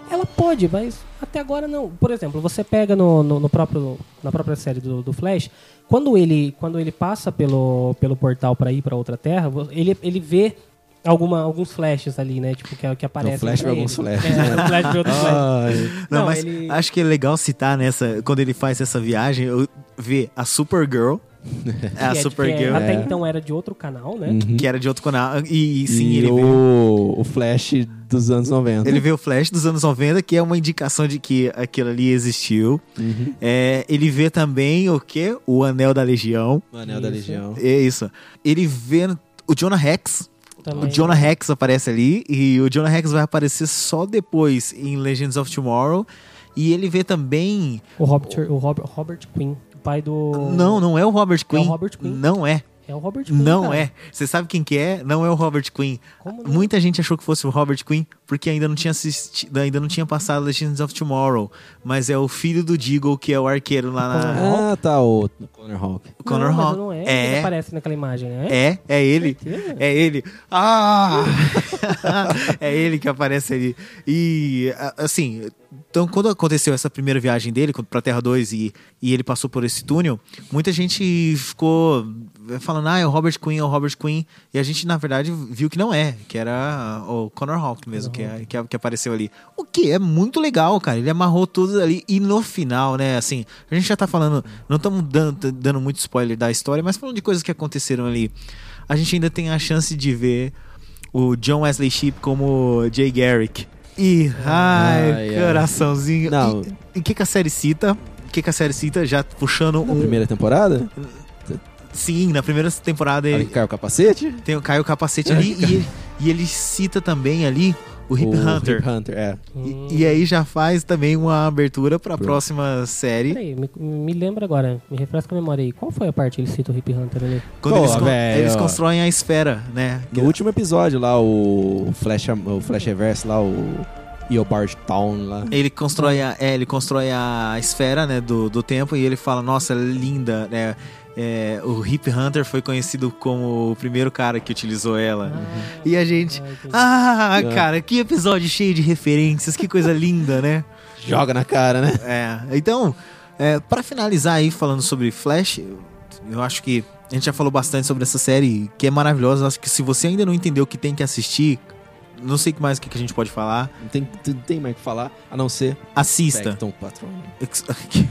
Ela pode, mas até agora não. Por exemplo, você pega no, no, no próprio, na própria série do, do Flash, quando ele, quando ele passa pelo, pelo portal para ir para outra terra, ele, ele vê alguma, alguns flashes ali, né? Tipo, que, que aparecem. O Flash vê alguns flashes. É, o Flash vê outros flashes. Não, Não, mas ele- acho que é legal citar nessa, quando ele faz essa viagem, eu ver a Supergirl, é a que é- Supergirl, que é- até é. então era de outro canal, né? Uhum. que era de outro canal, e, e sim, e ele o, vê, o Flash dos anos noventa. ele vê o Flash dos anos noventa, que é uma indicação de que aquilo ali existiu. Uhum. É, ele vê também o quê? O Anel da Legião. O Anel da Isso. Legião. É isso. Ele vê o Jonah Rex. Também. O Jonah Rex aparece ali, e o Jonah Rex vai aparecer só depois em Legends of Tomorrow. E ele vê também... O Robert, o Robert, Robert Quinn, o pai do... Não, não é o Robert Quinn. É o Robert Quinn. Não é. É o Robert Quinn, Não cara. é. Você sabe quem que é? Não é o Robert Quinn. Como não? Muita gente achou que fosse o Robert Quinn porque ainda não tinha assistido, ainda não tinha passado Legends of Tomorrow. Mas é o filho do Deagle, que é o arqueiro lá na... Ah, tá, o Connor Hawk. O Connor não, mas Hawk. não é. Ele É, aparece naquela imagem, né? é, é ele. Certeza? É ele. Ah! É ele que aparece ali. E, a- assim, então quando aconteceu essa primeira viagem dele pra Terra dois e, e ele passou por esse túnel, muita gente ficou falando, ah, é o Robert Quinn, é o Robert Quinn. E a gente, na verdade, viu que não é, que era o Connor Hawk mesmo, que, é- que, é- que apareceu ali. O que é muito legal, cara. Ele amarrou tudo ali. E no final, né, assim, a gente já tá falando, não estamos dando, dando muito spoiler da história, mas falando de coisas que aconteceram ali. A gente ainda tem a chance de ver o John Wesley Shipp como Jay Garrick. E, ai, Ai, ai. coraçãozinho. Não. E o que, que a série cita? O que, que a série cita? Já puxando Na um... primeira temporada, Sim, na primeira temporada ali ele que caiu o capacete. tem, cai o capacete ali e, ele, e ele cita também ali o Hip o Hunter. Hip Hunter, é. E, e aí já faz também uma abertura pra Pro- próxima série. Peraí, me, me lembra agora, me refresca a memória aí. Qual foi a parte que ele cita o Hip Hunter ali? Quando Pô, eles, con- velho, eles ó. constroem a esfera, né? No último episódio lá, o Flash, o Flash Reverse lá, o Eobard Town lá. Ele constrói a, é, ele constrói a esfera, né, do, do tempo, e ele fala, nossa, linda, né? É, o Hip Hunter foi conhecido como o primeiro cara que utilizou ela. E a gente, Ah, entendi. ah, É. cara, que episódio cheio de referências, que coisa linda, né? Joga na cara, né? É, então, é, para finalizar aí falando sobre Flash, eu, eu acho que a gente já falou bastante sobre essa série, que é maravilhosa. Eu acho que se você ainda não entendeu o que tem que assistir, não sei mais o que que a gente pode falar, Não tem, não tem mais o que falar, a não ser assista. Spectrum Patrol. Ex-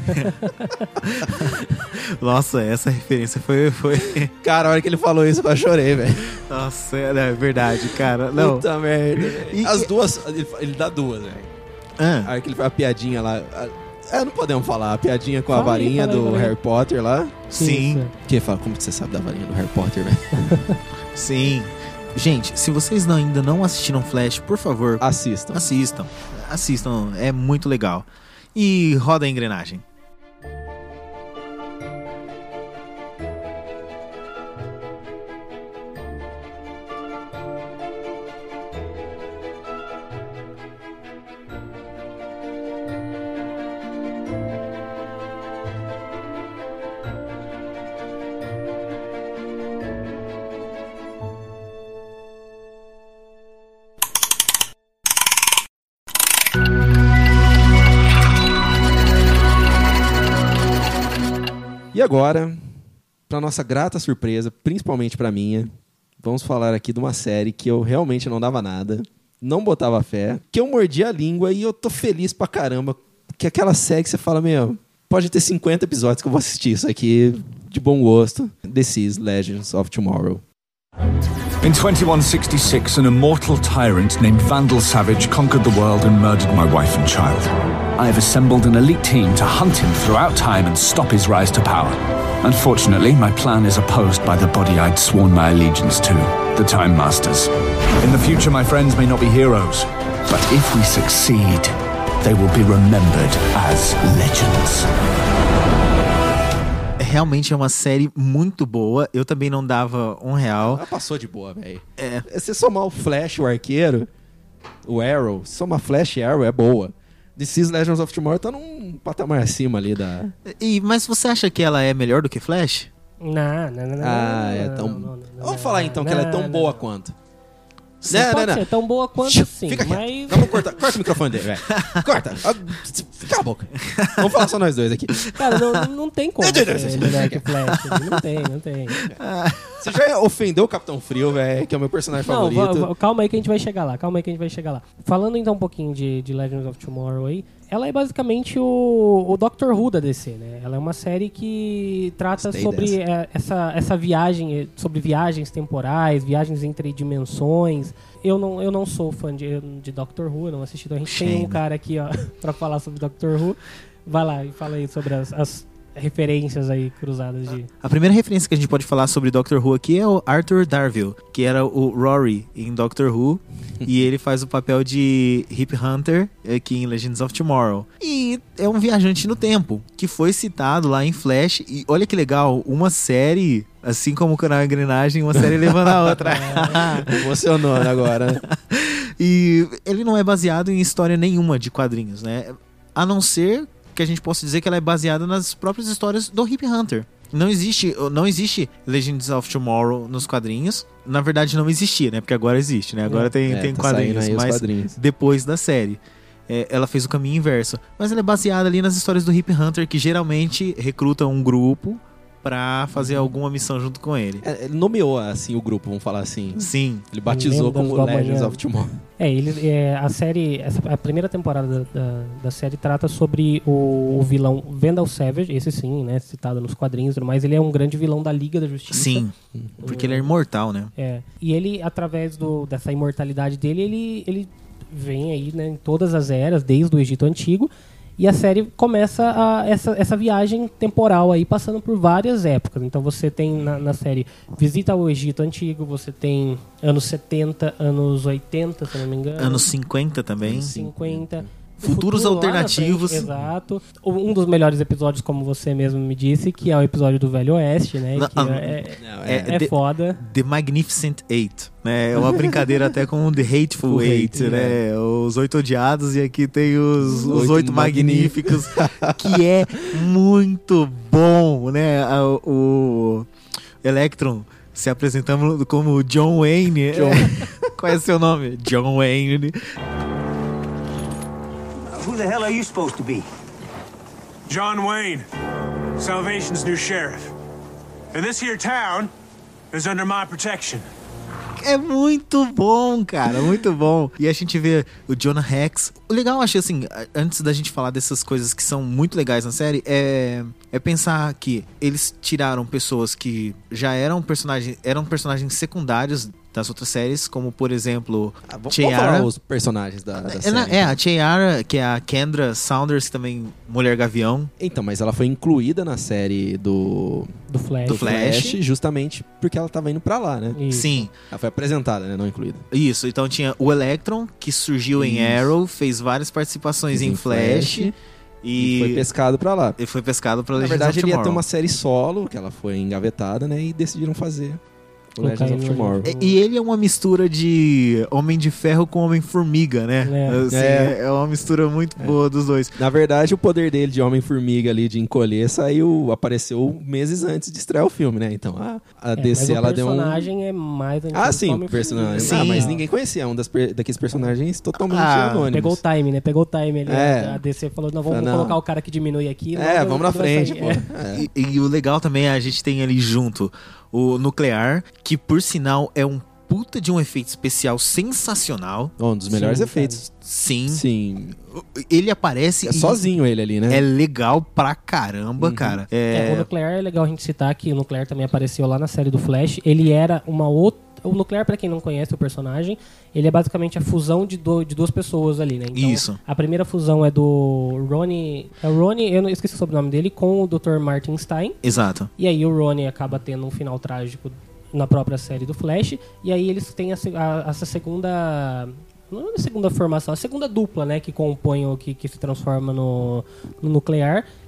Nossa, essa referência foi, foi... Cara, a hora que ele falou isso, eu quase chorei, velho. Nossa, é verdade, cara. Não. Puta merda, velho. E- As duas, ele, ele dá duas, velho. Ah, A hora que ele faz a piadinha lá. a- É, não podemos falar, a piadinha com a Fala aí, varinha fala aí, do fala aí. Harry Potter lá. sim, Isso. Que fala, como que você sabe da varinha do Harry Potter, velho? sim. Gente, se vocês não- ainda não assistiram Flash, por favor, Assistam. assistam. Assistam, é muito legal. E roda a engrenagem. E agora, pra nossa grata surpresa, principalmente pra minha, vamos falar aqui de uma série que eu realmente não dava nada, não botava fé, que eu mordi a língua e eu tô feliz pra caramba, que é aquela série que você fala, meu, pode ter cinquenta episódios que eu vou assistir isso aqui de bom gosto. This is Legends of Tomorrow. In twenty-one sixty-six, an immortal tyrant named Vandal Savage conquered the world and murdered my wife and child. I have assembled an elite team to hunt him throughout time and stop his rise to power. Unfortunately, my plan is opposed by the body I'd sworn my allegiance to, the Time Masters. In the future, my friends may not be heroes, but if we succeed, they will be remembered as legends. Realmente é uma série muito boa. Eu também não dava um real. Ela passou de boa, velho. É. Se somar o Flash, o Arqueiro, o Arrow, se somar Flash e Arrow é boa. This is Legends of Tomorrow tá num patamar acima ali da... E, mas você acha que ela é melhor do que Flash? Não, não, não, não. Ah, não, é tão... não, não, não, Vamos falar então que ela é tão não, boa não. quanto. Sim, Não, Pode não, ser não. tão boa quanto sim, Fica quieto. mas... Vamos cortar. Corta o microfone dele, velho. Corta. Ah, Cala a boca. Vamos falar só nós dois aqui. Cara, não, não tem como Não, não, não, ser não, melhor que Flash. Não tem, não tem. Você já ofendeu o Capitão Frio, velho, que é o meu personagem Não, favorito. va- va- calma aí que a gente vai chegar lá. Calma aí que a gente vai chegar lá. Falando então um pouquinho de, de Legends of Tomorrow aí, ela é basicamente o, o Doctor Who da D C, né? Ela é uma série que trata Gostei sobre é, essa, essa viagem, eh, sobre viagens temporais, viagens entre dimensões. Eu não, eu não sou fã de, de Doctor Who, eu não assisti. Então a gente tem Shame. um cara aqui, ó, pra falar sobre Doctor Who. Vai lá e fala aí sobre as, as referências aí cruzadas de... A primeira referência que a gente pode falar sobre Doctor Who aqui é o Arthur Darvill, que era o Rory em Doctor Who, e ele faz o papel de Hip Hunter aqui em Legends of Tomorrow. E é um viajante no tempo, que foi citado lá em Flash, e olha que legal, uma série, assim como o canal Engrenagem, uma série levando a outra. Emocionou agora, né? E ele não é baseado em história nenhuma de quadrinhos, né? A não ser que a gente possa dizer que ela é baseada nas próprias histórias do Hip Hunter. Não existe, não existe Legends of Tomorrow nos quadrinhos. Na verdade não existia, né? Porque agora existe, né? Agora tem, É, tem tá quadrinhos, saindo aí os mas quadrinhos. depois da série. É, ela fez o caminho inverso. Mas ela é baseada ali nas histórias do Hip Hunter, que geralmente recruta um grupo pra fazer alguma missão junto com ele. É, ele nomeou assim o grupo, vamos falar assim. Sim. Ele batizou Lendas como do Legends Amanhã. of Tomorrow. É, ele, é, a série, essa, a primeira temporada da, da, da série trata sobre o, o vilão Vandal Savage, esse sim, né, citado nos quadrinhos e tudo mais. Ele é um grande vilão da Liga da Justiça. Sim. Porque ele é imortal, né? É, e ele, através do, dessa imortalidade dele, ele, ele vem aí, né, em todas as eras, desde o Egito Antigo, e a série começa a, essa, essa viagem temporal aí, passando por várias épocas. Então você tem na, na série visita ao Egito Antigo, você tem anos setenta, anos oitenta, se não me engano. Anos cinquenta também. cinquenta. Futuros Futuro lá na alternativos. frente, exato. Um dos melhores episódios, como você mesmo me disse, que é o episódio do Velho Oeste, né? Não, que ah, é, Não, é, é é de- foda. The Magnificent Eight, né? É uma brincadeira até com The Hateful O Eight, hate, né? Os oito odiados e aqui tem os, os Oito oito magníficos, que é muito bom, né? A- O Electron se apresentando como John Wayne. Qual é seu nome? John Wayne. Who the hell are you supposed to be? John Wayne, Salvation's new sheriff. And this here town is under my protection. É muito bom, cara, muito bom. E a gente vê o Jonah Hex. O legal, eu achei assim, antes da gente falar dessas coisas que são muito legais na série, é, é pensar que eles tiraram pessoas que já eram personagens, eram personagens secundários das outras séries, como por exemplo, Ah, vamos Chiara. falar os personagens da, da É, série. na- é, a Chiara, que é a Kendra Saunders, que também Mulher Gavião. Então, mas ela foi incluída na série do, Do Flash. Do Flash. justamente porque ela tava indo pra lá, né? Isso. Sim, Ela foi apresentada, né? Não incluída. isso. Então tinha o Electron, que surgiu em Isso. Arrow, fez várias participações Fez em em Flash. Flash, E, E foi pescado pra lá. ele foi pescado pra Na Legends verdade, of ele ia ter Tomorrow. uma série solo, que ela foi engavetada, né? E decidiram fazer o Colocar Legends of ele no- Tomorrow. E- E ele é uma mistura de Homem de Ferro com Homem-Formiga, né? É. Assim, É. é. é uma mistura muito boa dos dois. Na verdade, o poder dele de Homem-Formiga ali, de encolher, saiu, apareceu meses antes de estrear o filme, né? Então, a, a É, D C, mas ela o deu um... personagem é mais antigo Ah, que sim, o o Homem-Formiga. personagem. Sim. Ah, mas ninguém conhecia. É um das per- daqueles personagens totalmente Ah, anônimos. Pegou o time, né? Pegou o time ali. É. A D C falou, não, vamos Não. colocar o cara que diminui aqui. É, logo vamos na tudo vai frente, sair. pô. É. É. E, e o legal também é a gente tem ali junto o Nuclear, que por sinal é um puta de um efeito especial sensacional. Um dos melhores Sim, efeitos. Sim. Sim. Ele aparece É e sozinho ele ali, né? é legal pra caramba, Uhum. cara. É, É, o Nuclear é legal a gente citar que o Nuclear também apareceu lá na série do Flash. Ele era uma outra... O Nuclear, pra quem não conhece o personagem, ele é basicamente a fusão de, do- de duas pessoas ali, né? Então, Isso. A primeira fusão é do Ronnie... É o Ronnie, eu não esqueci o sobrenome dele, com o doutor Martin Stein. Exato. E aí o Ronnie acaba tendo um final trágico na própria série do Flash. E aí eles têm a se- a- essa segunda... Não é a segunda formação, a segunda dupla, né? Que compõe o que, que se transforma no, no Nuclear.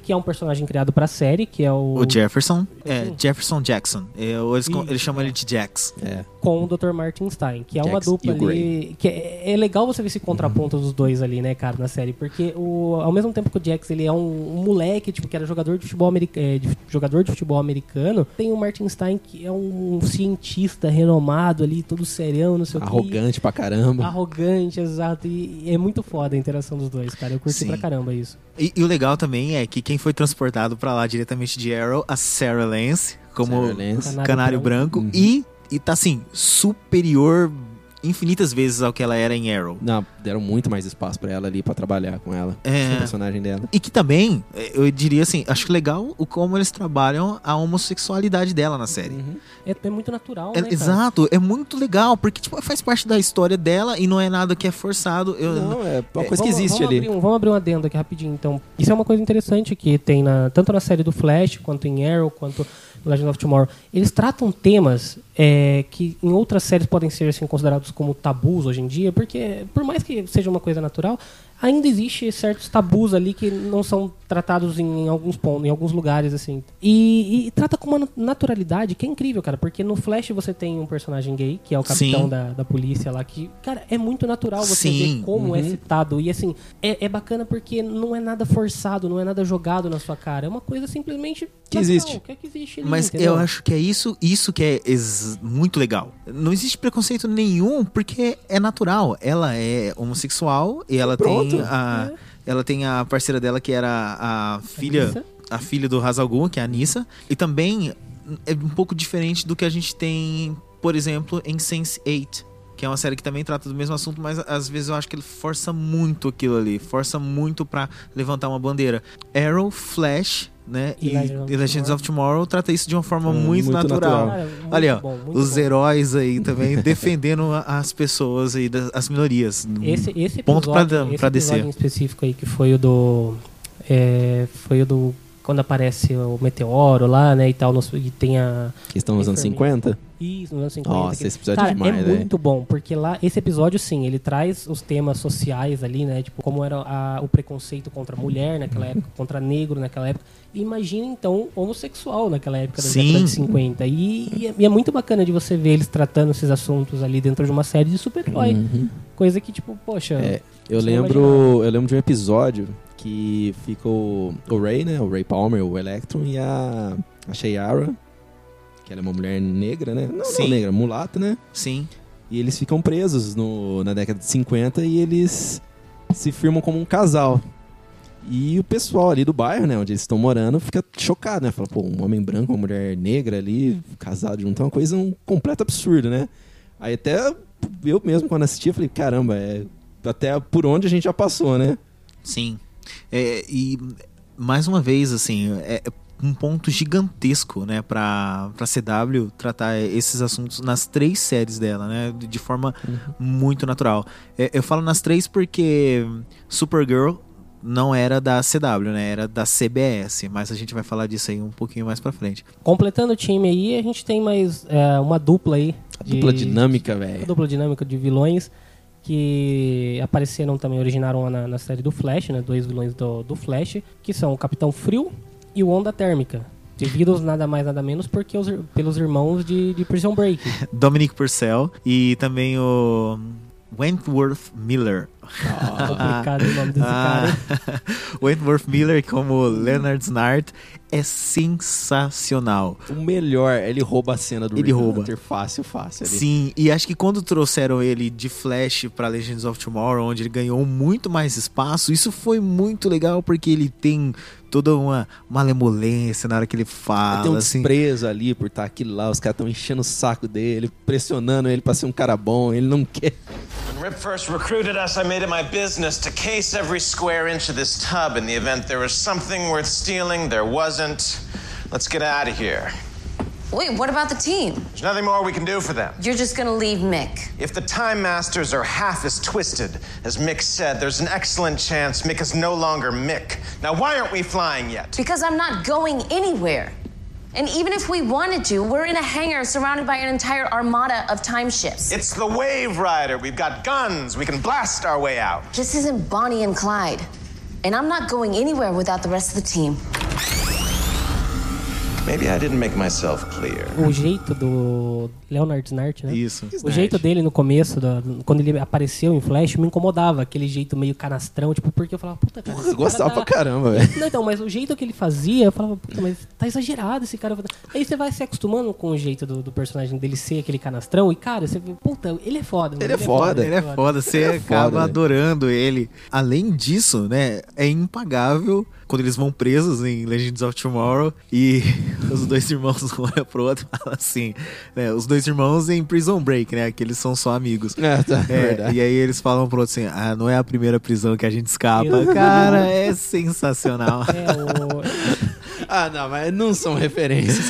que é um personagem criado pra série, que é o... O Jefferson, é, Jefferson Jackson. É, eles, Isso, eles chamam é. ele de Jax. É. Com o doutor Martin Stein, que é uma Jax dupla e o ali... Que é, é legal você ver esse contraponto dos dois ali, né, cara, na série. Porque o, ao mesmo tempo que o Jax, ele é um, um moleque, tipo, que era jogador de futebol americano, é, de, jogador de futebol americano, tem o Martin Stein, que é um cientista renomado ali, todo serião, não sei o que. Arrogante pra caramba. Arrogante, exato. E, e é muito foda a interação dos dois, cara. Eu curti Sim. pra caramba isso. E, e o legal também é que quem foi transportado pra lá diretamente de Arrow, a Sarah Lance, como Sarah Lance. Canário, Canário Branco, Uhum. e, e tá assim, superior infinitas vezes ao que ela era em Arrow. Não, deram muito mais espaço pra ela ali, pra trabalhar com ela. É. O personagem dela. E que também, eu diria assim, acho legal o como eles trabalham a homossexualidade dela na série. Uhum. É, é muito natural, É- né, cara? exato, é muito legal, porque tipo, faz parte da história dela e não é nada que é forçado. Eu, Não, é uma É, coisa que Vamos- existe vamos ali. Abrir um, vamos abrir um adendo aqui rapidinho, então. Isso é uma coisa interessante que tem na, tanto na série do Flash, quanto em Arrow, quanto no Legend of Tomorrow. Eles tratam temas é, que em outras séries podem ser assim, considerados como tabus hoje em dia, porque por mais que seja uma coisa natural, ainda existe certos tabus ali que não são tratados em alguns pontos, em alguns lugares, assim. E, e trata com uma naturalidade que é incrível, cara, porque no Flash você tem um personagem gay, que é o capitão Sim. da, da polícia lá, que, cara, é muito natural você Sim. ver como é Uhum. citado. E assim, é, é bacana porque não é nada forçado, não é nada jogado na sua cara. É uma coisa simplesmente Que natural, existe. Que é que existe ali, Mas entendeu? eu acho que é isso, isso que é ex- muito legal. Não existe preconceito nenhum, porque é natural. Ela é homossexual e ela Pronto. tem a, ela tem a parceira dela que era a filha, Anissa. a filha do Ra's al Ghul, que é a Anissa. E também é um pouco diferente do que a gente tem, por exemplo, em sense eight. Que é uma série que também trata do mesmo assunto, mas às vezes eu acho que ele força muito aquilo ali. Força muito pra levantar uma bandeira. Arrow, Flash, né? E E, Legends of e Legends of Tomorrow trata isso de uma forma Hum, muito, muito natural. natural. Cara, muito Olha, ó, bom, muito os bom. heróis aí também defendendo a- as pessoas aí, das, as minorias. Esse, esse episódio, Ponto pra, esse pra episódio descer. em específico aí, que foi o do... é, foi o do... Quando aparece o meteoro lá, né, e tal, nos- e tem a... Que estão nos anos enfermeira. cinquenta? Isso, nos anos cinquenta. Nossa, que- esse episódio Cara, é demais, é velho. muito bom, porque lá, esse episódio, sim, ele traz os temas sociais ali, né, tipo, como era a- o preconceito contra a mulher naquela época, contra negro naquela época. E imagina, então, homossexual naquela época da Sim. década de cinquenta. E, e é, e é muito bacana de você ver eles tratando esses assuntos ali dentro de uma série de super-herói. Uhum. Coisa que, tipo, poxa... É, eu você lembro, imaginava. eu lembro de um episódio que fica o, o Ray, né? O Ray Palmer, o Electron e a, a Shiera, que ela é uma mulher negra, né? Não, Sim. não negra, mulata, né? Sim. E eles ficam presos no, na década de cinquenta e eles se firmam como um casal. E o pessoal ali do bairro, né, onde eles estão morando, fica chocado, né? Fala, pô, um homem branco, uma mulher negra ali, casado junto, é uma coisa um completo absurdo, né? Aí até eu mesmo, quando assisti, eu falei, caramba, é até por onde a gente já passou, né? Sim. É, e mais uma vez, assim, é um ponto gigantesco, né, pra, pra C W tratar esses assuntos nas três séries dela, né, de de forma muito natural. É, eu falo nas três porque Supergirl não era da C W, né, era da C B S, mas a gente vai falar disso aí um pouquinho mais pra frente. Completando o time aí, a gente tem mais é, uma dupla aí. A dupla dinâmica, A velho. dupla dinâmica de vilões que apareceram também, originaram na, na série do Flash, né? Dois vilões do, do Flash, que são o Capitão Frio e o Onda Térmica. Devidos nada mais nada menos porque os, pelos irmãos de, de Prison Break. Dominic Purcell e também o Wentworth Miller. Complicado o nome desse Ah, cara. Wentworth Miller como Leonard Snart é sensacional. O melhor, ele rouba a cena do Ele Rick rouba. Hunter fácil, fácil. Ali. Sim, e acho que quando trouxeram ele de Flash pra Legends of Tomorrow, onde ele ganhou muito mais espaço, isso foi muito legal porque ele tem toda uma malemolência na hora que ele fala. Tem um assim. desprezo ali por estar aquilo lá, os caras estão enchendo o saco dele, pressionando ele pra ser um cara bom, ele não quer. When Rip first recruited us, I made it my business to case every square inch of this tub in the event there was something worth stealing. There wasn't. Let's get out of here. Wait, what about the team? There's nothing more we can do for them. You're just gonna leave Mick. If the Time Masters are half as twisted as Mick said, there's an excellent chance Mick is no longer Mick. Now, why aren't we flying yet? Because I'm not going anywhere. And even if we wanted to, we're in a hangar surrounded by an entire armada of time ships. It's the Wave Rider. We've got guns. We can blast our way out. This isn't Bonnie and Clyde. And I'm not going anywhere without the rest of the team. Maybe I didn't make myself clear. O jeito do Leonard Snart, né? Isso. O jeito dele no começo, do, quando ele apareceu em Flash, me incomodava. Aquele jeito meio canastrão, tipo, porque eu falava, puta, cara, Porra, eu gostava cara pra caramba, velho. Não, então, mas o jeito que ele fazia, eu falava, puta, mas tá exagerado esse cara. Aí você vai se acostumando com o jeito do, do personagem dele ser aquele canastrão e, cara, você vê, puta, ele é foda. Ele, ele é foda. Ele é foda, você é acaba foda, adorando ele. Além disso, né, é impagável quando eles vão presos em Legends of Tomorrow e os dois irmãos um olham pro outro e falam assim, né, os dois irmãos em Prison Break, né, que eles são só amigos. É, tá, é, verdade. E aí eles falam pro outro assim, ah, não é a primeira prisão que a gente escapa. Cara, é sensacional. É, o... Ah, não, mas não são referências.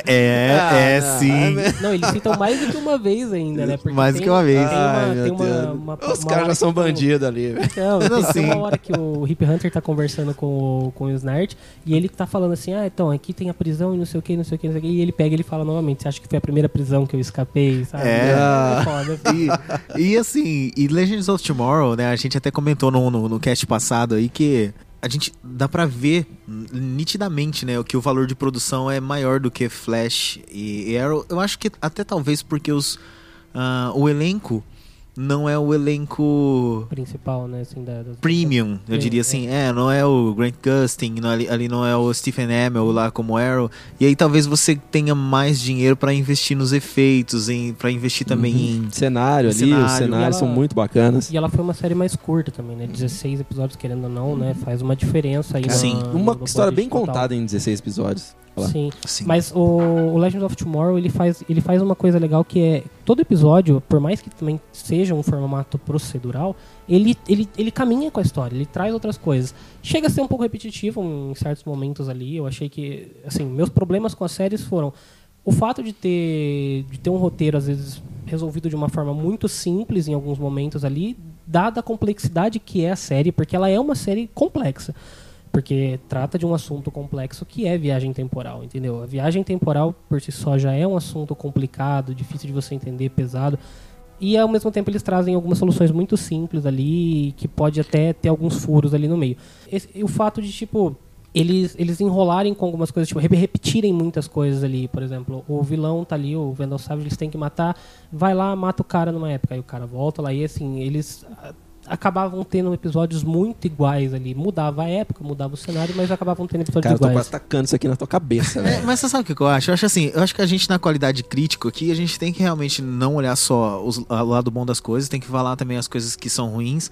É, ah, é não, sim. Não, eles citam mais do que uma vez ainda, né? Porque mais do tem, que uma vez. Tem uma, Ai, tem uma, uma, uma, Os uma caras já são que bandidos ali, velho. Então, Não, tem, tem sim. uma hora que o Hip Hunter tá conversando com o, com o Snart e ele tá falando assim, ah, então, aqui tem a prisão e não sei o que, não sei o que, não sei o que. E ele pega e ele fala novamente, você acha que foi a primeira prisão que eu escapei, sabe? É. é foda. E, e assim, e Legends of Tomorrow, né, a gente até comentou no, no, no cast passado aí que a gente dá pra ver nitidamente, né, que o valor de produção é maior do que Flash e, e Arrow. Eu acho que até talvez porque os, uh, o elenco não é o elenco principal, né, assim, da, das... premium, eu diria assim, é. é, não é o Grant Gustin, não, ali, ali não é o Stephen Amell lá como Arrow, e aí talvez você tenha mais dinheiro pra investir nos efeitos, em, pra investir também uhum. em cenário ali, cenário. os cenários ela, são muito bacanas. E ela foi uma série mais curta também, né, dezesseis episódios, querendo ou não, né, faz uma diferença aí. Sim, na, uma no história bem total. contada em dezesseis episódios. Sim. Sim, mas o, o Legends of Tomorrow ele faz, ele faz uma coisa legal que é todo episódio, por mais que também seja um formato procedural, ele, ele, ele caminha com a história, ele traz outras coisas. Chega a ser um pouco repetitivo em certos momentos ali. Eu achei que, assim, meus problemas com as séries foram o fato de ter, de ter um roteiro às vezes resolvido de uma forma muito simples em alguns momentos ali, dada a complexidade que é a série, porque ela é uma série complexa. Porque trata de um assunto complexo que é viagem temporal, entendeu? A viagem temporal por si só já é um assunto complicado, difícil de você entender, pesado. E ao mesmo tempo eles trazem algumas soluções muito simples ali, que pode até ter alguns furos ali no meio. Esse, o fato de, tipo, eles, eles enrolarem com algumas coisas, tipo, repetirem muitas coisas ali. Por exemplo, o vilão tá ali, o Vandal Savage, eles têm que matar, vai lá, mata o cara numa época, aí o cara volta lá e assim, eles acabavam tendo episódios muito iguais ali. Mudava a época, mudava o cenário, mas acabavam tendo episódios Cara, iguais. Cara, eu tô quase tacando isso aqui na tua cabeça, velho. É, mas você sabe o que eu acho? Eu acho assim, eu acho que a gente na qualidade crítica aqui, a gente tem que realmente não olhar só os, o lado bom das coisas, tem que falar também as coisas que são ruins,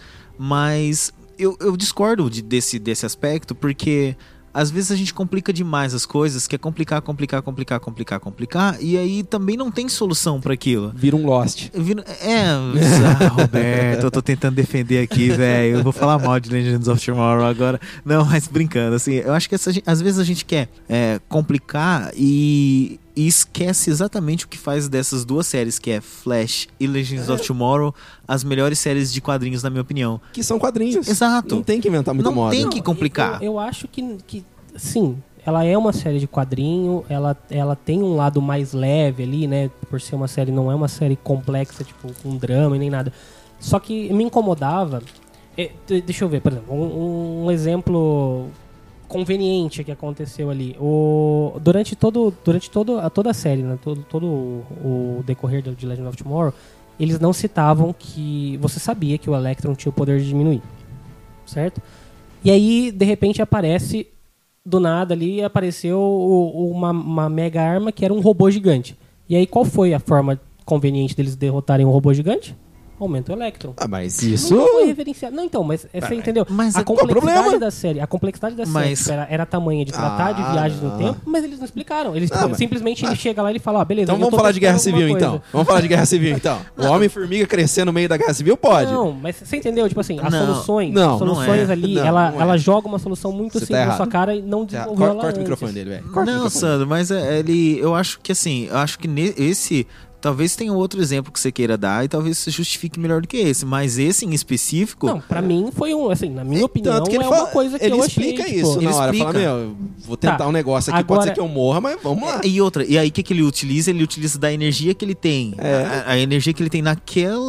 mas eu, eu discordo de, desse, desse aspecto, porque às vezes a gente complica demais as coisas, quer complicar, complicar, complicar, complicar, complicar, e aí também não tem solução pra aquilo. Vira um Lost. Vira, é, ah, Roberto, eu tô tentando defender aqui, velho. Eu vou falar mal de Legends of Tomorrow agora. Não, mas brincando, assim, eu acho que essa, às vezes a gente quer é, complicar e, e esquece exatamente o que faz dessas duas séries, que é Flash e Legends é. of Tomorrow, as melhores séries de quadrinhos, na minha opinião. Que são quadrinhos. Exato. Não tem que inventar muita não moda. Não tem não. que complicar. Eu, eu acho que, que, sim, ela é uma série de quadrinho, ela, ela tem um lado mais leve ali, né? Por ser uma série, não é uma série complexa, tipo, com drama e nem nada. Só que me incomodava... É, deixa eu ver, por exemplo, um, um exemplo conveniente que aconteceu ali. O, durante todo, durante todo, a, toda a série, né? todo, todo o, o decorrer de Legend of Tomorrow, eles não citavam que... Você sabia que o Electron tinha o poder de diminuir, certo? E aí, de repente, aparece... Do nada ali, apareceu o, uma, uma mega arma que era um robô gigante. E aí, qual foi a forma conveniente deles derrotarem um robô gigante? Aumenta o Electron. Ah, mas isso... Não foi reverenciado. Não, então, mas é, você entendeu? Mas a é, complexidade da série, a complexidade da mas... série era, era a tamanha de tratar ah, de viagens no tempo, mas eles não explicaram. Eles ah, simplesmente mas... ele chega lá e ele fala, ah, beleza. Então vamos falar de Guerra Civil, então. Vamos falar de Guerra Civil, então. O Homem-Formiga crescer no meio da Guerra Civil pode. Não, mas você entendeu? Tipo assim, as não, soluções, não, as soluções não é. ali, não, ela, não é. ela joga uma solução muito Você simples tá na sua cara e não desenvolveu corta, ela corta antes. o microfone dele, velho. Não, Sandro, mas é, ele... Eu acho que assim, eu acho que esse... Talvez tenha outro exemplo que você queira dar e talvez se justifique melhor do que esse. Mas esse em específico... Não, pra mim foi um... Assim, na minha opinião, Tanto que ele é fala, uma coisa que ele eu achei... explica tipo, isso ele na hora. explica. Fala, meu, vou tentar Tá, um negócio aqui, agora- pode ser que eu morra, mas vamos lá. E outra, e aí o que, que ele utiliza? Ele utiliza da energia que ele tem. É. A, a energia que ele tem naquela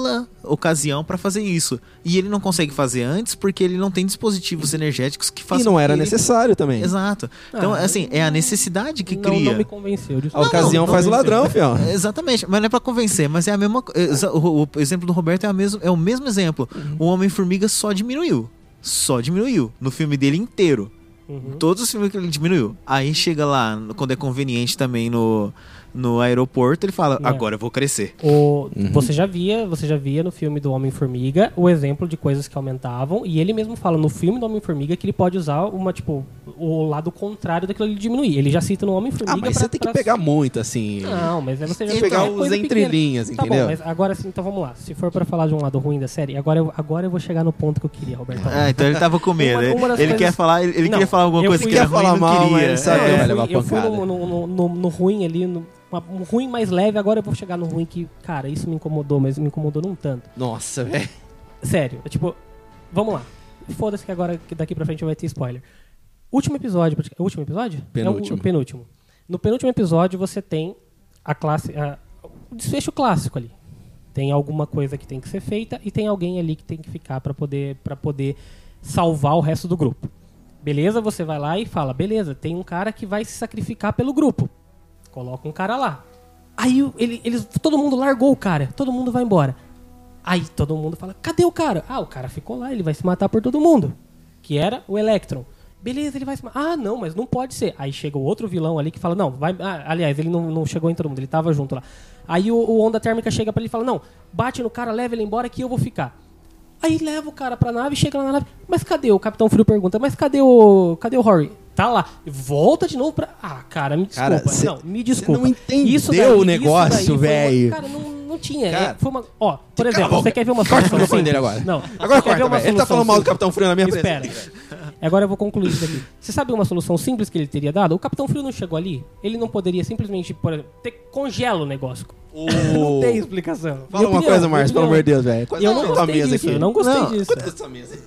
ocasião pra fazer isso. E ele não consegue fazer antes porque ele não tem dispositivos energéticos que façam... E não era ele... necessário também. Exato. Então, Ah, assim, é a necessidade que não, cria. Não me convenceu. A desculpa. ocasião não, faz o não, ladrão, fião. Exatamente, mas não é pra convencer, mas é a mesma... O, o exemplo do Roberto é, a mesmo, é o mesmo exemplo. Uhum. O Homem-Formiga só diminuiu. Só diminuiu. No filme dele inteiro. Uhum. Todos os filmes que ele diminuiu. Aí chega lá, quando é conveniente também no, no aeroporto, ele fala, É. agora eu vou crescer. O, Uhum. você, já via, você já via no filme do Homem-Formiga o exemplo de coisas que aumentavam, e ele mesmo fala no filme do Homem-Formiga que ele pode usar uma, tipo, o lado contrário daquilo de diminuir. Ele já cita no Homem-Formiga. Ah, mas pra, você tem que pra... pegar muito, assim. Não, mas aí você já Tem que pegar é os coisa entrelinhas, pequena. entendeu? Tá bom, mas agora sim, então vamos lá. Se for pra falar de um lado ruim da série, agora eu, agora eu vou chegar no ponto que eu queria, Roberto. Ah, então ele tava com medo. Uma- uma das ele coisas- quer falar, ele Não, queria falar alguma eu coisa fui- que era quer ruim, falar não mal, queria. mas ele sabe É. que vai eu levar fui, eu fui pancada. no, no, no, no ruim ali, no, uma- um ruim mais leve, agora eu vou chegar no ruim que, cara, isso me incomodou, mas me incomodou não tanto. Nossa, velho. Sério, é tipo, vamos lá. Foda-se que agora, que daqui pra frente vai ter spoiler. Último episódio, pratica- último episódio? Penúltimo. É o, o penúltimo. No penúltimo episódio você tem a classe, a- o desfecho clássico ali. Tem alguma coisa que tem que ser feita e tem alguém ali que tem que ficar pra poder, pra poder salvar o resto do grupo. Beleza, você vai lá e fala, beleza, tem um cara que vai se sacrificar pelo grupo. Coloca um cara lá. Aí o- ele, eles, todo mundo largou o cara, todo mundo vai embora. Aí todo mundo fala, cadê o cara? Ah, o cara ficou lá, ele vai se matar por todo mundo. Que era o Electron. Beleza, ele vai se matar. Ah, não, mas não pode ser. Aí chega o outro vilão ali que fala, não, vai... Ah, aliás, ele não, não chegou em todo mundo, ele tava junto lá. Aí o, o Onda Térmica chega pra ele e fala, não, bate no cara, leva ele embora que eu vou ficar. Aí leva o cara pra nave, chega lá na nave, mas cadê? O Capitão Frio pergunta, mas cadê o... Cadê o Rory? Tá lá. Volta de novo pra... Ah, cara, me desculpa. Cara, cê- não, me desculpa. não entendeu Isso o daí- negócio, isso daí foi uma- velho. Cara, não, não tinha. Cara, É, foi uma... Ó, por cala a exemplo, boca. você quer ver uma Corta o solução microfone dele simples? agora. Não. Agora Você quer corta, ver uma velho. Ele tá solução falando mal do simples? Capitão Frio na minha Espera. presença. Agora eu vou concluir isso aqui. Você sabe uma solução simples que ele teria dado? O Capitão Frio não chegou ali? Ele não poderia simplesmente, por exemplo, ter congela o negócio. Não tem explicação. Fala Minha uma opinião, coisa, minha Márcio, pelo opinião. amor de Deus, velho. E eu não Cuida da gostei mesa disso, aqui. eu não gostei Não, disso. Cuida dessa mesa.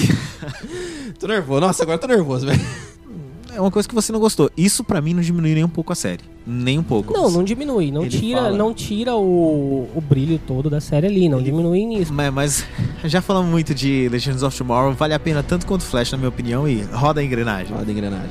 Tô nervoso. Nossa, agora tô nervoso, velho. É uma coisa que você não gostou. Isso pra mim não diminui nem um pouco a série. Nem um pouco. Não, não diminui. Não Ele tira, fala. não tira o, o brilho todo da série ali. Não diminui nisso. Mas, mas já falamos muito de Legends of Tomorrow. Vale a pena tanto quanto Flash, na minha opinião. E roda a engrenagem. Roda a engrenagem.